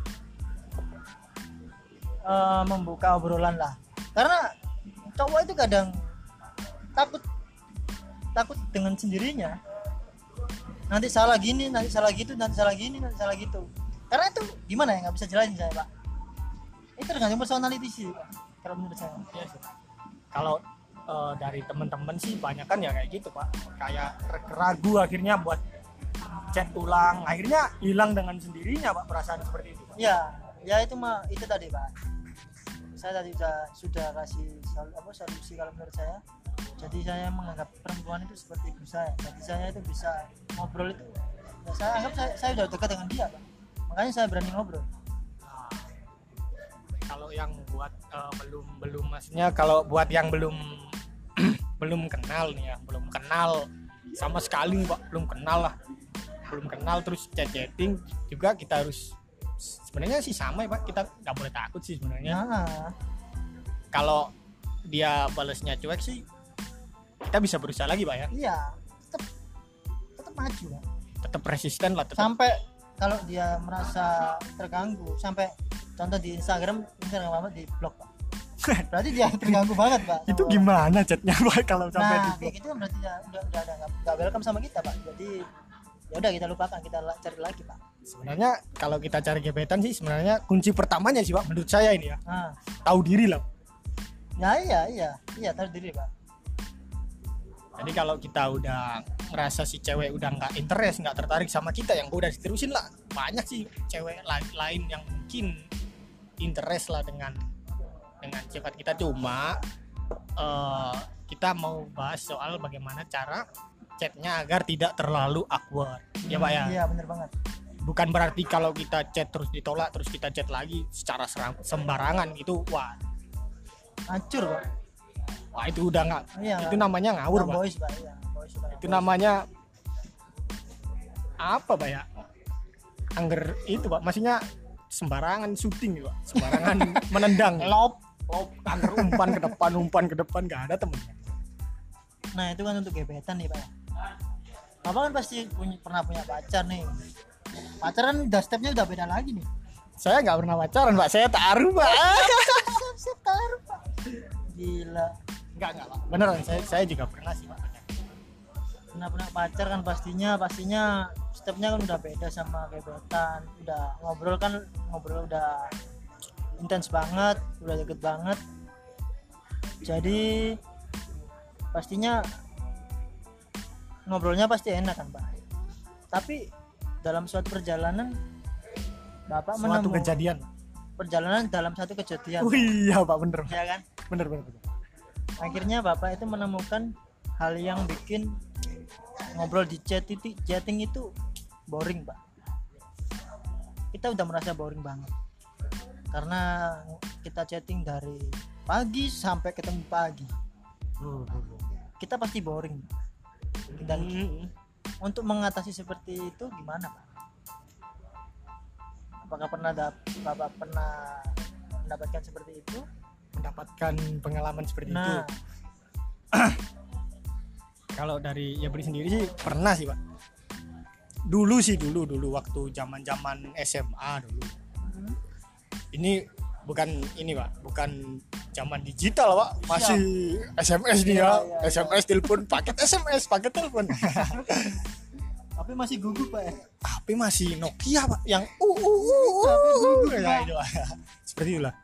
eh, membuka obrolan lah. Karena cowok itu kadang takut takut dengan sendirinya. Nanti salah gini, nanti salah gitu, nanti salah gini, nanti salah gitu. Karena itu gimana ya, nggak bisa jelasin saya, Pak. Itu tergantung personality sih, Pak. Kalau menurut saya. Iya sih. Kalau eh, dari teman-teman sih banyak kan ya kayak gitu, Pak. Kayak ragu akhirnya buat chat ulang, akhirnya hilang dengan sendirinya, Pak, perasaan seperti itu, Pak. Ya, ya itu mah itu tadi, Pak. Saya tadi sudah sudah kasih sol, apa solusi kalau menurut saya. Jadi saya menganggap perempuan itu seperti ibu saya. Jadi saya itu bisa ngobrol itu. Ya, saya anggap saya, saya sudah dekat dengan dia, Pak. Makanya saya berani ngobrol. Nah, kalau yang buat uh, belum belum maksudnya kalau buat yang belum belum kenal nih ya, belum kenal sama sekali Pak, belum kenal lah, belum kenal terus chat chatting juga kita harus sebenarnya sih sama ya Pak, kita nggak boleh takut sih sebenarnya. Nah, Kalau dia balasnya cuek sih kita bisa berusaha lagi Pak ya, iya, tetap tetap maju Pak. tetap resisten lah, tetap. Sampai kalau dia merasa terganggu, sampai contoh di Instagram, Instagram apa di blog Pak. Berarti dia terganggu banget Pak. Itu gimana chatnya Pak kalau sampai Nah, di kayak gitu kan berarti ya, udah udah ada nggak welcome sama kita Pak. Jadi ya udah kita lupakan, kita la- cari lagi Pak. Sebenarnya kalau kita cari gebetan sih sebenarnya kunci pertamanya sih Pak menurut saya ini ya, Nah, tahu diri lah. ya iya iya iya tahu diri Pak. Jadi kalau kita udah ngerasa si cewek udah nggak interest, nggak tertarik sama kita, yang udah diterusin lah. Banyak sih cewek lain, lain yang mungkin interest lah dengan dengan sifat kita, cuma uh, kita mau bahas soal bagaimana cara chatnya agar tidak terlalu awkward. Ya Pak ya. Iya benar banget. Bukan berarti kalau kita chat terus ditolak terus kita chat lagi secara serang, sembarangan gitu, wah, Hancur Pak. wah itu udah nggak, Iya, itu namanya ngawur Nah, Pak. boys Pak. Iya, boys Pak. Itu namanya apa Pak ya? Angger itu Pak, maksudnya sembarangan syuting gitu Pak, sembarangan menendang, lop, lop, angger umpan ke depan, umpan ke depan, nggak ada temennya. Nah itu kan untuk gebetan nih Pak. Bapak kan pasti punya, pernah punya pacar nih. Pacaran udah stepnya udah beda lagi nih. Saya nggak pernah pacaran Pak, saya taruh Pak. Siap taruh Pak. Gila. Nggak nggak Pak, beneran saya saya juga pernah sih Pak. Pernah punya pacar kan pastinya pastinya stepnya kan udah beda sama gebetan. Udah ngobrol kan ngobrol udah intens banget, udah deket banget. Jadi pastinya ngobrolnya pasti enak kan Pak. Tapi dalam suatu perjalanan Bapak Suatu menemukan kejadian. perjalanan dalam satu kejadian. Oh iya Pak, bener Ya kan? bener bener, bener. Akhirnya Bapak itu menemukan hal yang bikin ngobrol di chat itu, chatting itu boring Pak. Kita udah merasa boring banget karena kita chatting dari pagi sampai ketemu pagi. Kita pasti boring. Dan untuk mengatasi seperti itu gimana Pak? Apakah pernah dap- Bapak pernah mendapatkan seperti itu? Mendapatkan pengalaman seperti itu. Nah, Kalau dari Yabri sendiri sih pernah sih Pak. Dulu sih dulu dulu waktu zaman-zaman S M A dulu. hmm, Ini bukan ini Pak, bukan zaman digital Pak, masih S M S nih ya. Iya, iya, S M S telepon, paket S M S, paket telepon. tapi masih gugup Pak ya? H P masih Nokia Pak, yang uh uh uh, uh ya itu. Seperti itulah.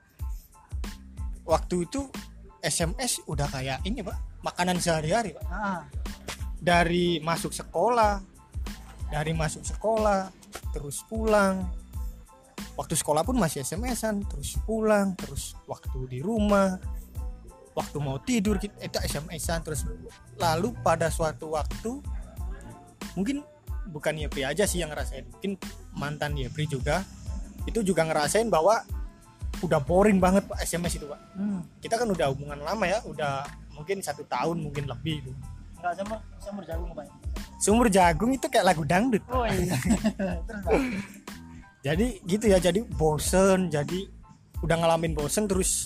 Waktu itu S M S udah kayak ini Pak, makanan sehari-hari Pak. Ah, Dari masuk sekolah, dari masuk sekolah, terus pulang. Waktu sekolah pun masih S M S-an, terus pulang, terus waktu di rumah, waktu mau tidur kita itu S M S-an terus. Lalu pada suatu waktu, mungkin bukan Yepri aja sih yang ngerasain, mungkin mantan Yepri juga itu juga ngerasain bahwa udah boring banget Pak S M S itu Pak. hmm. Kita kan udah hubungan lama ya, udah mungkin satu tahun mungkin lebih itu. Enggak sama sama jagung Pak. Sumur jagung itu kayak lagu dangdut. Oh iya. Terus Pak. Jadi gitu ya, jadi bosen, jadi udah ngalamin bosen terus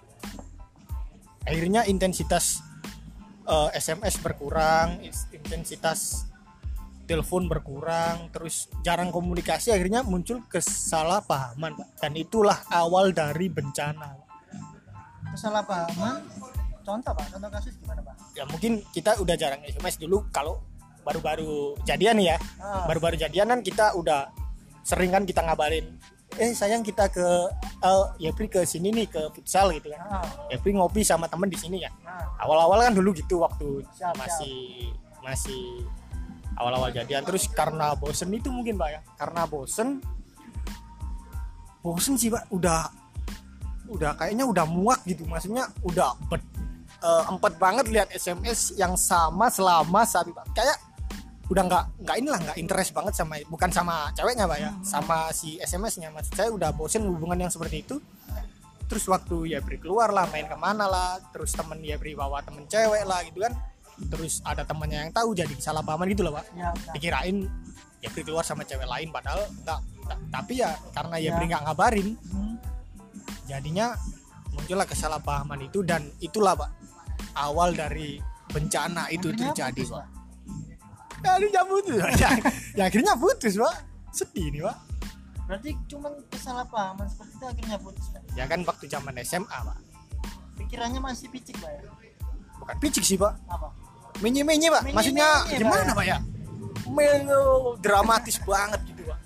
akhirnya intensitas uh, S M S berkurang, intensitas telepon berkurang, terus jarang komunikasi, akhirnya muncul kesalahpahaman Pak. Dan itulah awal dari bencana. Kesalahpahaman. Contoh Pak, contoh kasus gimana Pak? Ya mungkin kita udah jarang S M S dulu kalau baru-baru jadian nih ya. Ah. Baru-baru jadian kan kita udah sering kan kita ngabarin, eh sayang kita ke uh, Yepri ke sini nih ke futsal gitu kan. Ah, Yepri ngopi sama temen di sini ya. nah, Awal-awal kan dulu gitu waktu Siap, masih masih awal-awal jadian, terus karena bosen itu mungkin Pak ya. Karena bosen bosen sih Pak, udah udah kayaknya udah muak gitu. Maksudnya udah bet, uh, empet banget lihat S M S yang sama selama saat itu. Kayak udah nggak nggak inilah nggak interest banget sama, bukan sama ceweknya Pak ya, sama si S M S-nya. Maksud saya udah bosen hubungan yang seperti itu. terus waktu Yabri keluar lah main kemana lah, terus temen Yabri bawa temen cewek lah gitu kan, terus ada temannya yang tahu jadi kesalahpahaman gitu loh Pak. Ya, benar. Dikirain Yabri keluar sama cewek lain padahal enggak. Ta- tapi ya karena Ya. Yabri nggak ngabarin, Hmm. jadinya muncullah kesalahpahaman itu, dan itulah Pak awal dari bencana itu Akhirnya terjadi putus, Pak. Ya, akhirnya putus Pak. ya, ya akhirnya putus Pak, sedih nih Pak. Berarti cuma kesalahpahaman seperti itu akhirnya putus Pak. Ya kan waktu zaman S M A Pak, Pikirannya masih picik Pak ya. bukan picik sih Pak, Apa? menye-menye Pak, Menye-menye, maksudnya Pak, gimana ya? Pak ya, melo dramatis banget gitu Pak.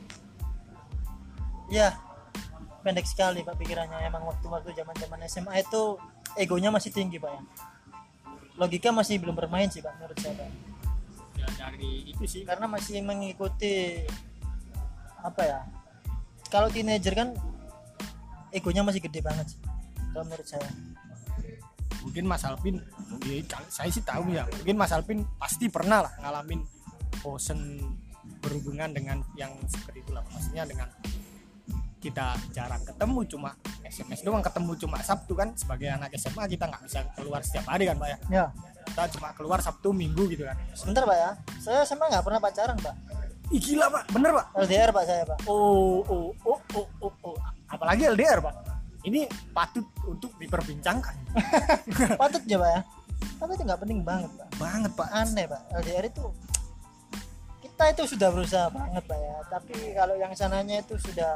Ya, pendek sekali Pak pikirannya. Emang waktu-waktu zaman-zaman S M A itu egonya masih tinggi Pak ya. Logika masih belum bermain sih Pak menurut saya Pak. Ya dari itu sih. Karena masih mengikuti apa ya? Kalau teenager kan egonya masih gede banget sih. Kalau menurut saya. Mungkin Mas Alvin, ya, saya sih tahu ya, mungkin Mas Alvin pasti pernah lah ngalamin bosen berhubungan dengan yang seperti itulah, maksudnya dengan kita jarang ketemu, cuma S M S doang, ketemu cuma Sabtu kan, sebagai anak S M A kita nggak bisa keluar setiap hari kan Pak ya, Ya. kita cuma keluar Sabtu Minggu gitu kan. Sebentar Pak ya. Saya sama nggak pernah pacaran Pak. Ih gila Pak, bener Pak. L D R Pak saya Pak. Oh oh oh oh oh, oh. Apalagi L D R Pak, ini patut untuk diperbincangkan. Patut ya Pak ya. Tapi itu nggak penting banget Pak. Banget Pak. Aneh Pak. L D R itu kita itu sudah berusaha banget Pak ya. Tapi kalau yang sananya itu sudah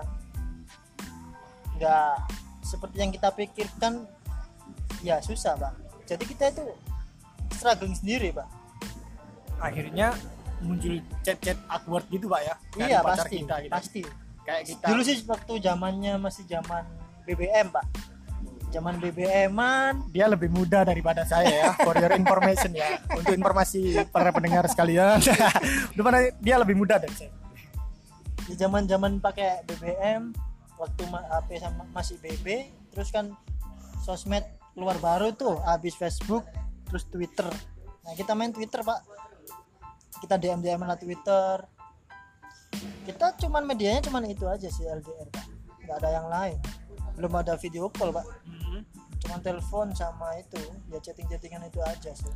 nggak seperti yang kita pikirkan, ya susah Pak. Jadi kita itu struggling sendiri Pak. Akhirnya muncul chat-chat awkward gitu Pak ya, dari Iya pacar pasti, kita gitu. pasti. Kayak kita Dulu sih waktu zamannya masih zaman B B M Pak. Zaman B B M-an. dia lebih muda daripada saya ya, for your information ya, untuk informasi para pendengar sekalian. Depan dia lebih muda dari saya. Di zaman-zaman pakai B B M, waktu ma- H P sama masih B B, terus kan sosmed keluar baru tuh, habis Facebook, terus Twitter. Nah, kita main Twitter, Pak. Kita D M D M lah Twitter. Kita cuman medianya cuman itu aja sih, L D R, Pak. Enggak ada yang lain. Belum ada video call, Pak. Cuman telepon sama itu, ya chatting-chattingan itu aja sih.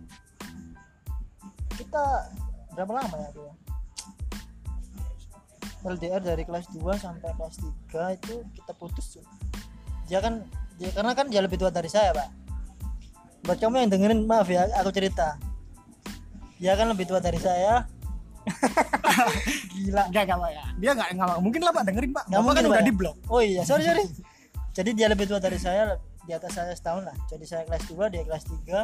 Kita berapa lama ya, tuh? L D R dari kelas dua sampai kelas tiga itu kita putus tuh. Dia kan dia, karena kan dia lebih tua dari saya, Pak. Buat kamu yang dengerin, maaf ya, aku cerita. Dia kan lebih tua dari saya. Gila. Enggak enggak Pak ya. Dia enggak enggak mungkin lah Pak, dengerin Pak. Nggak Bapak mungkin, kan Pak, udah ya? di blok. Oh iya, sorry sorry. Jadi dia lebih tua dari saya, di atas saya setahun lah. Jadi saya kelas dua, dia kelas tiga.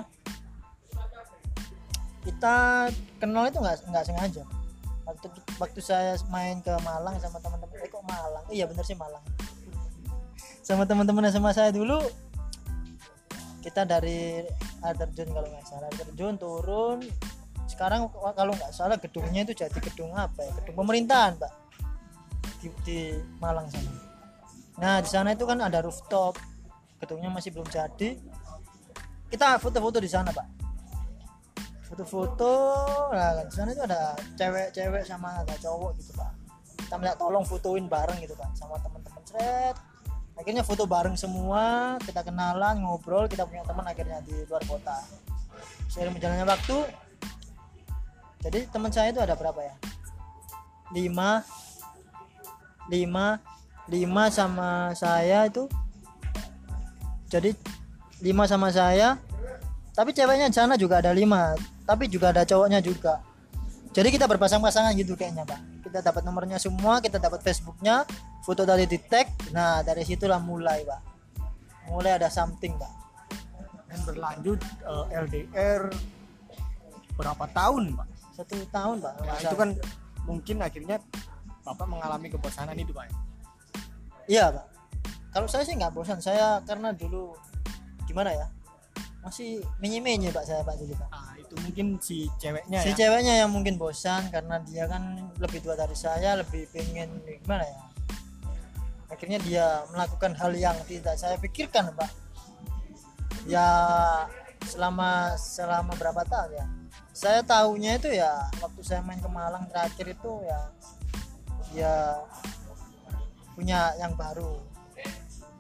Kita kenal itu nggak nggak sengaja. Waktu waktu saya main ke Malang sama teman-teman, eh kok Malang? Iya bener sih Malang. Sama teman-teman sama saya dulu. Kita dari air terjun kalau nggak salah, air terjun turun. Sekarang kalau nggak salah gedungnya itu jadi gedung apa ya? Gedung pemerintahan, Pak. Di, di Malang sana. Nah, di sana itu kan ada rooftop. Gedungnya masih belum jadi. Kita foto-foto di sana, Pak. Foto-foto, nah di sana itu ada cewek-cewek sama ada cowok gitu, Pak. Kita minta tolong fotoin bareng gitu, Pak, sama teman-teman thread. Akhirnya foto bareng semua, kita kenalan, ngobrol, kita punya teman akhirnya di luar kota. Seiring berjalannya waktu, jadi teman saya itu ada berapa ya? Lima, lima, lima sama saya itu. Jadi lima sama saya, tapi ceweknya di sana juga ada lima, tapi juga ada cowoknya juga. Jadi kita berpasang-pasangan gitu kayaknya, Pak. Kita dapat nomornya semua, kita dapat Facebooknya, foto tadi di tag. Nah dari situlah mulai, Pak. Mulai ada something, Pak. Dan berlanjut uh, L D R berapa tahun Pak? Satu tahun, Pak. Nah, itu kan mungkin akhirnya Bapak mengalami kebosanan itu Pak. Iya, Pak. Kalau saya sih nggak bosan. Saya karena dulu gimana ya? Masih menye-menye, Pak, saya Pak dulu, Pak. Nah, itu mungkin si ceweknya Si ya. ceweknya yang mungkin bosan karena dia kan lebih tua dari saya, lebih pengen gimana ya? Akhirnya dia melakukan hal yang tidak saya pikirkan, Pak. Ya selama selama berapa tahun ya? Saya tahunya itu ya waktu saya main ke Malang terakhir itu ya dia punya yang baru.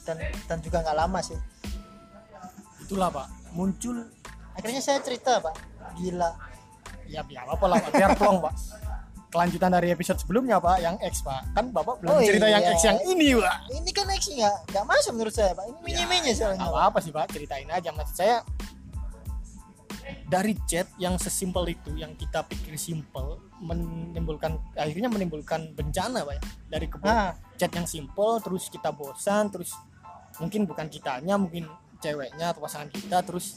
dan dan juga nggak lama sih. Itulah Pak, muncul Akhirnya saya cerita Pak, gila. ya biar apa lah Pak, biar plong Pak. Kelanjutan dari episode sebelumnya Pak, yang X Pak. Kan Bapak belum Oh, cerita iya. yang X yang ini Pak. Ini kan X nggak nggak masuk menurut saya Pak. Ini minyak-minyak soalnya. Apa apa sih Pak, ceritain aja. Maksud saya dari chat yang sesimpel itu, yang kita pikir simpel, menimbulkan akhirnya menimbulkan bencana Pak ya. Dari kebo- Nah. chat yang simpel, terus kita bosan, terus mungkin bukan kitanya, mungkin ceweknya atau pasangan kita, terus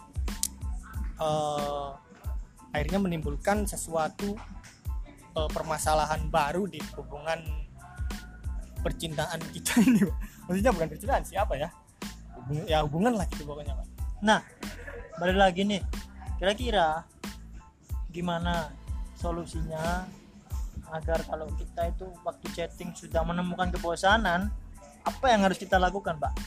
uh, akhirnya menimbulkan sesuatu uh, permasalahan baru di hubungan percintaan kita ini Pak. Maksudnya bukan percintaan, siapa ya? Hubung, ya hubungan lah gitu pokoknya Pak. Nah, balik lagi nih. Kira-kira gimana solusinya agar kalau kita itu waktu chatting sudah menemukan kebosanan, apa yang harus kita lakukan, Pak?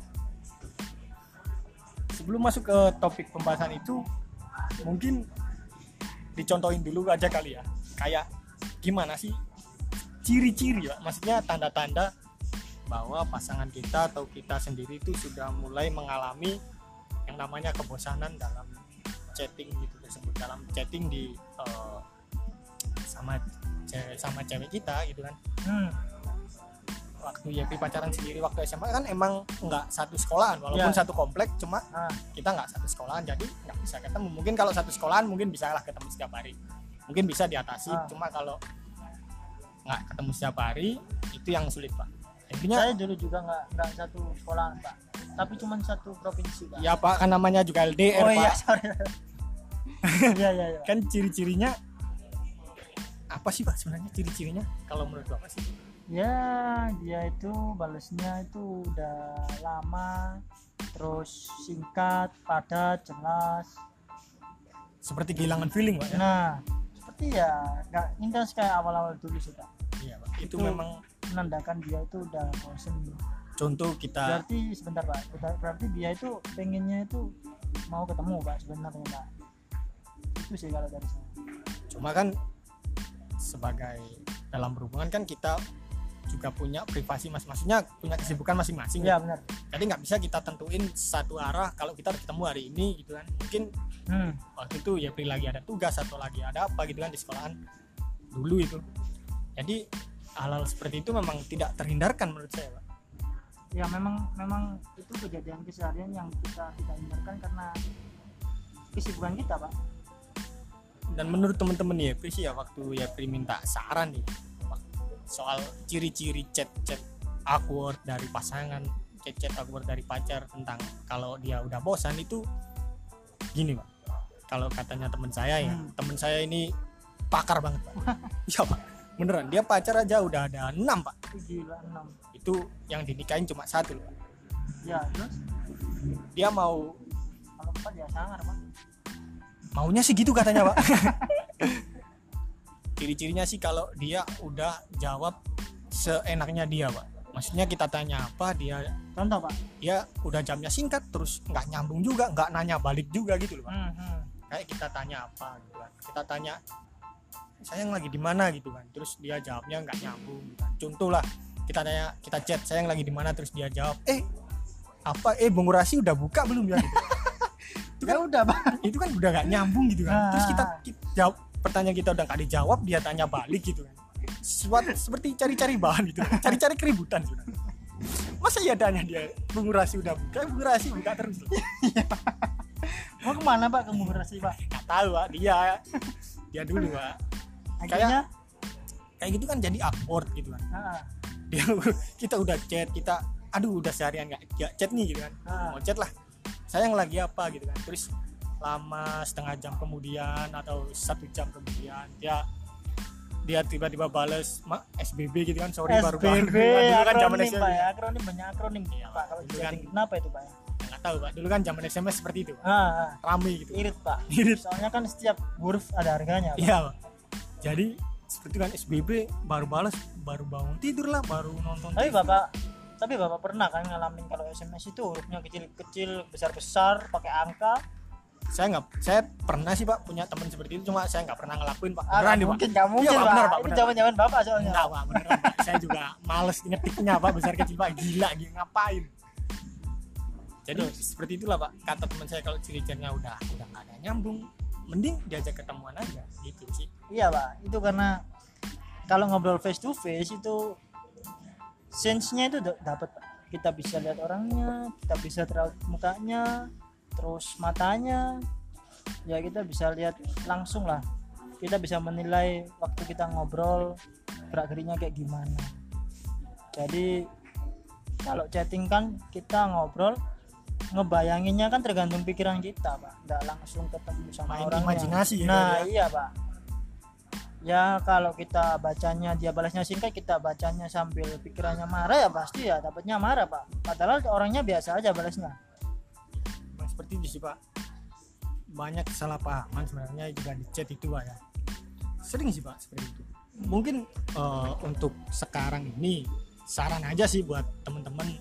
Sebelum masuk ke topik pembahasan itu, mungkin dicontohin dulu aja kali ya. Kayak gimana sih ciri-ciri ya? Maksudnya tanda-tanda bahwa pasangan kita atau kita sendiri itu sudah mulai mengalami yang namanya kebosanan dalam chatting gitu tersebut, dalam chatting di uh, sama cewek sama cewek kita gitu kan. Hmm. Waktu ya pacaran sendiri waktu S M A kan emang nggak satu sekolahan, walaupun Ya. satu komplek, cuma Nah, kita nggak satu sekolahan, jadi nggak bisa ketemu. Mungkin kalau satu sekolahan mungkin bisa lah ketemu setiap hari, mungkin bisa diatasi. Ah. Cuma kalau nggak ketemu setiap hari itu yang sulit Pak. Intinya saya dulu juga nggak nggak satu sekolahan, Pak. Tapi cuma satu provinsi, Pak. ya Pak, kan namanya juga L D R Oh Pak. iya, sorry. Iya, iya, iya. Kan ciri-cirinya apa sih Pak sebenarnya, ciri-cirinya kalau menurut Bapak sih? Ya, dia itu balesnya itu udah lama, terus singkat, padat, jelas. Seperti kehilangan feeling Pak ya? Nah, seperti ya nggak intens kayak awal-awal dulu sih, Pak. Iya Pak, itu, Itu memang menandakan dia itu udah bosen. contoh kita. Berarti sebentar, Pak. Berarti- Berarti dia itu pengennya itu mau ketemu, Pak, sebenarnya, Pak. Itu sih kalau dari saya. Cuma kan sebagai dalam berhubungan kan kita juga punya privasi mas maksudnya punya kesibukan masing-masing Iya, ya. benar. Jadi nggak bisa kita tentuin satu arah kalau kita ketemu hari ini gitu kan. Mungkin Hmm. waktu itu ya Pri lagi ada tugas atau lagi ada apa gitu kan di sekolahan dulu itu. Jadi hal-hal seperti itu memang tidak terhindarkan menurut saya Pak. Ya memang memang itu kejadian keseharian yang kita tidak hindarkan karena kesibukan kita, Pak. Dan menurut teman-teman ya Pri sih ya, waktu ya Pri minta saran nih soal ciri-ciri chat-chat awkward dari pasangan, chat-chat awkward dari pacar, tentang kalau dia udah bosan itu gini Pak. Kalau katanya teman saya ya, Hmm. teman saya ini pakar banget Pak. Iya Pak, beneran dia pacar aja udah ada enam Pak. Gila, enam. Itu yang dinikahin cuma satu Pak. Ya, terus Dia mau kalau empat ya sangar, Pak. maunya sih gitu katanya Pak. Ciri-cirinya sih kalau dia udah jawab seenaknya dia Pak. Maksudnya kita tanya apa, dia Contoh, Pak. dia udah jamnya singkat, terus nggak nyambung juga, nggak nanya balik juga gitu loh Pak. Hmm, hmm. Kayak kita tanya apa gitu kan, kita tanya sayang lagi di mana gitu kan, terus dia jawabnya nggak nyambung gitu kan. Contoh lah, kita tanya, kita chat sayang lagi di mana, terus dia jawab eh apa eh Bung Rasi udah buka belum ya gitu. Itu Ya kan udah, Pak. itu kan udah nggak nyambung gitu kan. Nah. Terus kita, kita jawab pertanyaan kita udah nggak dijawab, dia tanya balik gitu kan. Suatu, seperti cari-cari bahan gitu kan. Cari-cari keributan sebenarnya. Masa iya tanya dia Bung Rasi udah buka, Bung Rasi buka terus loh. Mau kemana, Pak? Kamu berasi, Pak? Nggak tahu Pak, dia dia dulu Pak. Akhirnya, Kayak gitu kan jadi awkward gitu kan. nah, Dia kita udah chat, kita aduh udah seharian nggak nggak chat nih gitu kan. Ah. Mau chat lah, sayang lagi apa gitu kan. Terus lama setengah jam kemudian atau satu jam kemudian dia dia tiba-tiba bales mak S B B gitu kan, sorry baru baru S B B, dulu kan zaman akronim, S M S Pak ya. Akronim, banyak akronim, Iya, Pak. Kalau dulu kan- chatting, kenapa itu, Pak? Ya? nggak tahu Pak, dulu kan zaman S M S seperti itu Pak. Ah, ah. Rame gitu Irit, Pak. Irit. Soalnya kan setiap huruf ada harganya, Pak. Iya Pak. Jadi seperti kan S B B baru balas, baru bangun tidur lah, baru nonton Tapi T V. Bapak, tapi Bapak pernah kan ngalamin kalau S M S itu hurufnya kecil-kecil, besar-besar, pakai angka. saya nggak saya pernah sih pak punya teman seperti itu, cuma saya nggak pernah ngelakuin pak. Ah, Beneran nih pak? mungkin nggak mungkin Iya, pak, Pak, bener, Pak, ini bener, zaman-zaman bapak soalnya. Enggak pak, beneran pak. Saya juga males ngetiknya pak, besar kecil pak, gila gila ngapain. Jadi Terus? seperti itulah pak, kata teman saya, kalau ciri-cirinya udah udah nggak ada nyambung, mending diajak ketemuan aja gitu sih. Iya pak, itu karena kalau ngobrol face to face itu sense-nya itu d- dapat Pak. Kita bisa lihat orangnya, kita bisa tahu mukanya, terus matanya, ya kita bisa lihat langsung lah. Kita bisa menilai waktu kita ngobrol gerak geriknya kayak gimana. Jadi kalau chatting kan kita ngobrol, ngebayanginnya kan tergantung pikiran kita pak, nggak langsung ketemu sama Main orangnya. imajinasi ya, Nah ya. iya pak. Ya kalau kita bacanya dia balasnya singkat, kita bacanya sambil pikirannya marah, ya pasti ya dapatnya marah pak. Padahal orangnya biasa aja balasnya. Nah, seperti itu sih pak, banyak kesalahpahaman sebenarnya juga di chat itu pak ya, sering sih pak seperti itu. Mungkin eh, untuk sekarang ini saran aja sih buat teman-teman,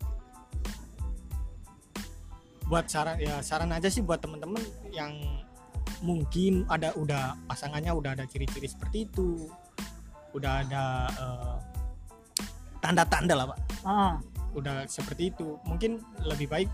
buat saran ya saran aja sih buat teman-teman yang mungkin ada udah pasangannya udah ada ciri-ciri seperti itu, udah ada eh, tanda-tanda lah pak, Ah, udah seperti itu, mungkin lebih baik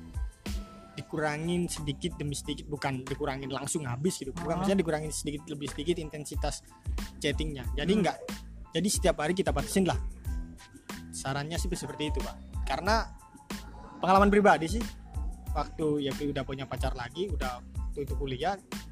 dikurangin sedikit demi sedikit, bukan dikurangin langsung habis gitu, bukan, Ah. maksudnya dikurangin sedikit lebih sedikit intensitas chattingnya. Jadi Hmm. enggak, jadi setiap hari kita batasin lah. Sarannya sih seperti itu pak, karena pengalaman pribadi sih, waktu ya udah punya pacar lagi, udah waktu itu kuliah,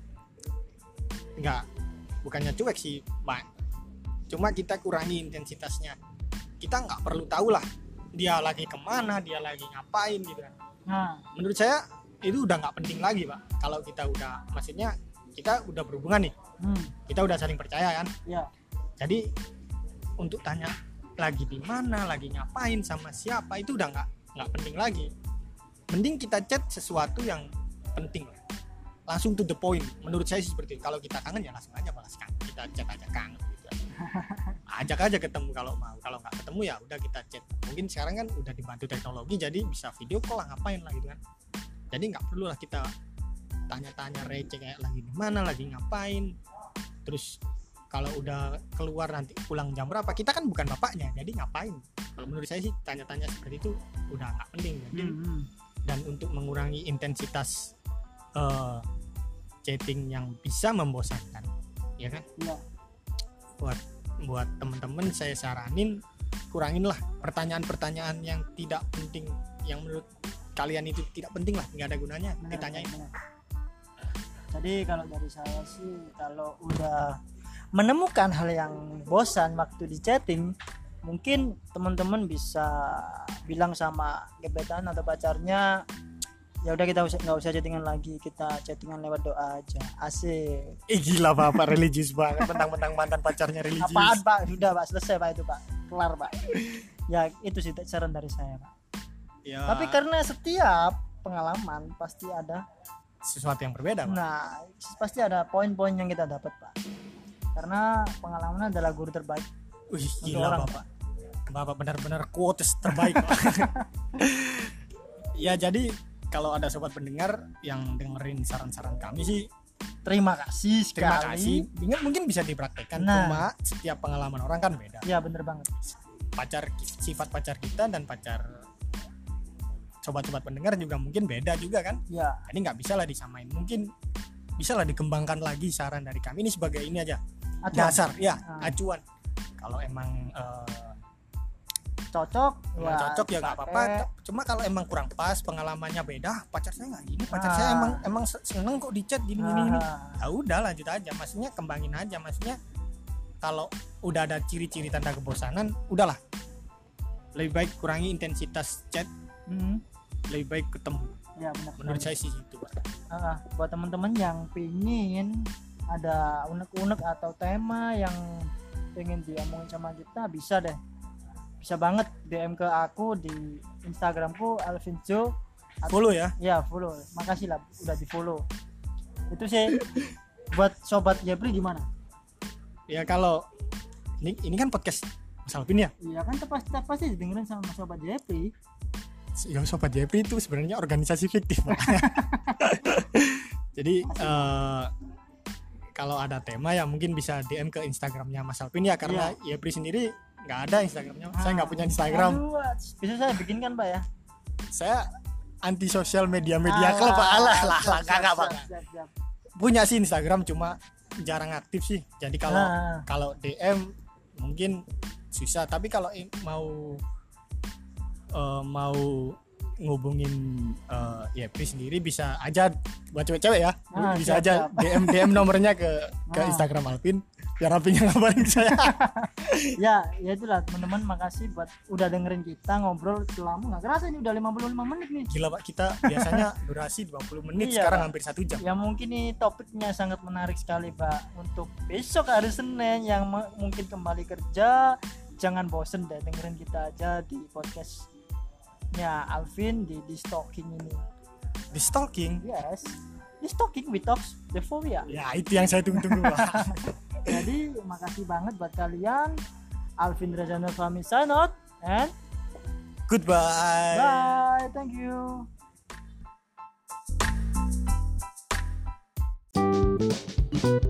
enggak, bukannya cuek sih pak, cuma kita kurangi intensitasnya. Kita nggak perlu tahu lah dia lagi kemana, dia lagi ngapain gitu kan. nah, Menurut saya itu udah nggak penting lagi pak, kalau kita udah, maksudnya kita udah berhubungan nih, hmm, kita udah saling percaya kan. ya, Jadi untuk tanya lagi di mana, lagi ngapain, sama siapa, itu udah nggak nggak penting lagi. Mending kita chat sesuatu yang penting, langsung to the point. Menurut saya sih seperti itu. Kalau kita kangen ya langsung aja balas kangen, kita chat aja kangen gitu. Ajak aja ketemu kalau mau, kalau nggak ketemu ya udah kita chat. Mungkin sekarang kan udah dibantu teknologi, jadi bisa video call lah, ngapain lah gitu kan. Jadi nggak perlu lah kita tanya-tanya receh kayak lagi di mana, lagi ngapain. Terus kalau udah keluar nanti pulang jam berapa, kita kan bukan bapaknya, jadi ngapain. Kalau menurut saya sih tanya-tanya seperti itu udah nggak penting. Jadi hmm, hmm. dan untuk mengurangi intensitas uh, chatting yang bisa membosankan, ya kan, Ya, buat buat teman-teman saya saranin kuranginlah pertanyaan-pertanyaan yang tidak penting, yang menurut kalian itu tidak penting lah, nggak ada gunanya benar, ditanyain. benar. Jadi kalau dari saya sih, kalau udah menemukan hal yang bosan waktu di chatting, mungkin teman-teman bisa bilang sama gebetan atau pacarnya, ya udah kita usah, nggak usah chattingan lagi, kita chattingan lewat doa aja. Asik. Eh gila bapak religius banget, mentang-mentang mantan pacarnya religius. Apaan pak? Sudah pak, selesai pak itu pak, kelar pak. Ya itu sih saran dari saya pak. Ya, Tapi karena setiap pengalaman pasti ada, sesuatu yang berbeda, Pak. nah pasti ada poin-poin yang kita dapat pak. Karena pengalaman adalah guru terbaik. Wih, Untuk gila orang. bapak. Bapak benar-benar quotes terbaik, Pak. Ya jadi kalau ada sobat pendengar yang dengerin saran-saran kami sih, Terima kasih sekali. terima kasih. Mungkin mungkin bisa dipraktekkan. Nah. Cuma setiap pengalaman orang kan beda. Ya bener banget. Pacar, sifat pacar kita dan pacar sobat-sobat pendengar juga mungkin beda juga kan. Ya, Ini nggak bisa lah disamain. Mungkin bisa lah dikembangkan lagi saran dari kami ini sebagai ini aja, acuan. dasar ya, Ah. acuan. Kalau emang eh, Cocok. emang ya, cocok ya nggak pakai. apa-apa. Cuma kalau emang kurang pas, pengalamannya beda, pacar saya nggak gini, pacar Ah. saya emang emang seneng kok di chat gini gini gini. Ah, Ya udah lanjut aja, maksudnya kembangin aja, maksudnya kalau udah ada ciri-ciri tanda kebosanan, udahlah, lebih baik kurangi intensitas chat, hmm, lebih baik ketemu. ya benar. Menurut saya sih itu, Pak. Ah, buat teman-teman yang pingin ada unek-unek atau tema yang pengen diomongin sama kita, bisa deh, bisa banget D M ke aku di Instagramku Alvinjo. Follow ya. Ya follow, makasih lah udah di follow. Itu sih. Buat sobat Jepri gimana? Ya kalau ini ini kan podcast Mas Alvin ya. Iya kan pasti pasti didengerin sama sobat Jepri. Ya sobat Jepri itu sebenarnya organisasi fiktif, Pak. Jadi eh, kalau ada tema ya mungkin bisa D M ke Instagramnya Mas Alvin ya, karena Iya. Yepri sendiri nggak ada Instagramnya. Saya nggak punya Instagram. Aduh, bisa saya bikinkan Pak ya. Saya anti sosial media-media Ah, kalau Pak alah lah lah siap, nggak Pak. siap, siap, siap. Punya sih Instagram cuma jarang aktif sih. Jadi kalau Ah. kalau D M mungkin susah, tapi kalau i- mau eh, mau ngubungin uh, Yepri sendiri bisa aja buat cewek-cewek ya. Ah, Bisa siap, aja siap. D M D M nomornya ke ke Ah. Instagram Alvin biar Alvinnya ngabarin ke saya. Ya, ya itulah teman-teman, makasih buat udah dengerin kita ngobrol selama nggak kerasa ini udah lima puluh lima menit nih. Gila Pak, kita biasanya durasi dua puluh menit, Iya, sekarang Pak. hampir satu jam. Ya mungkin ini topiknya sangat menarik sekali Pak. Untuk besok hari Senin yang me- mungkin kembali kerja, jangan bosen deh dengerin kita aja di podcastnya Alvin di di Stalking ini. Di stalking. Yes, di Stalking we talks the phobia. Ya itu yang saya tunggu-tunggu Pak. Jadi makasih banget buat kalian. Alvin Rajano Fahmi sign out and Goodbye. bye. Thank you.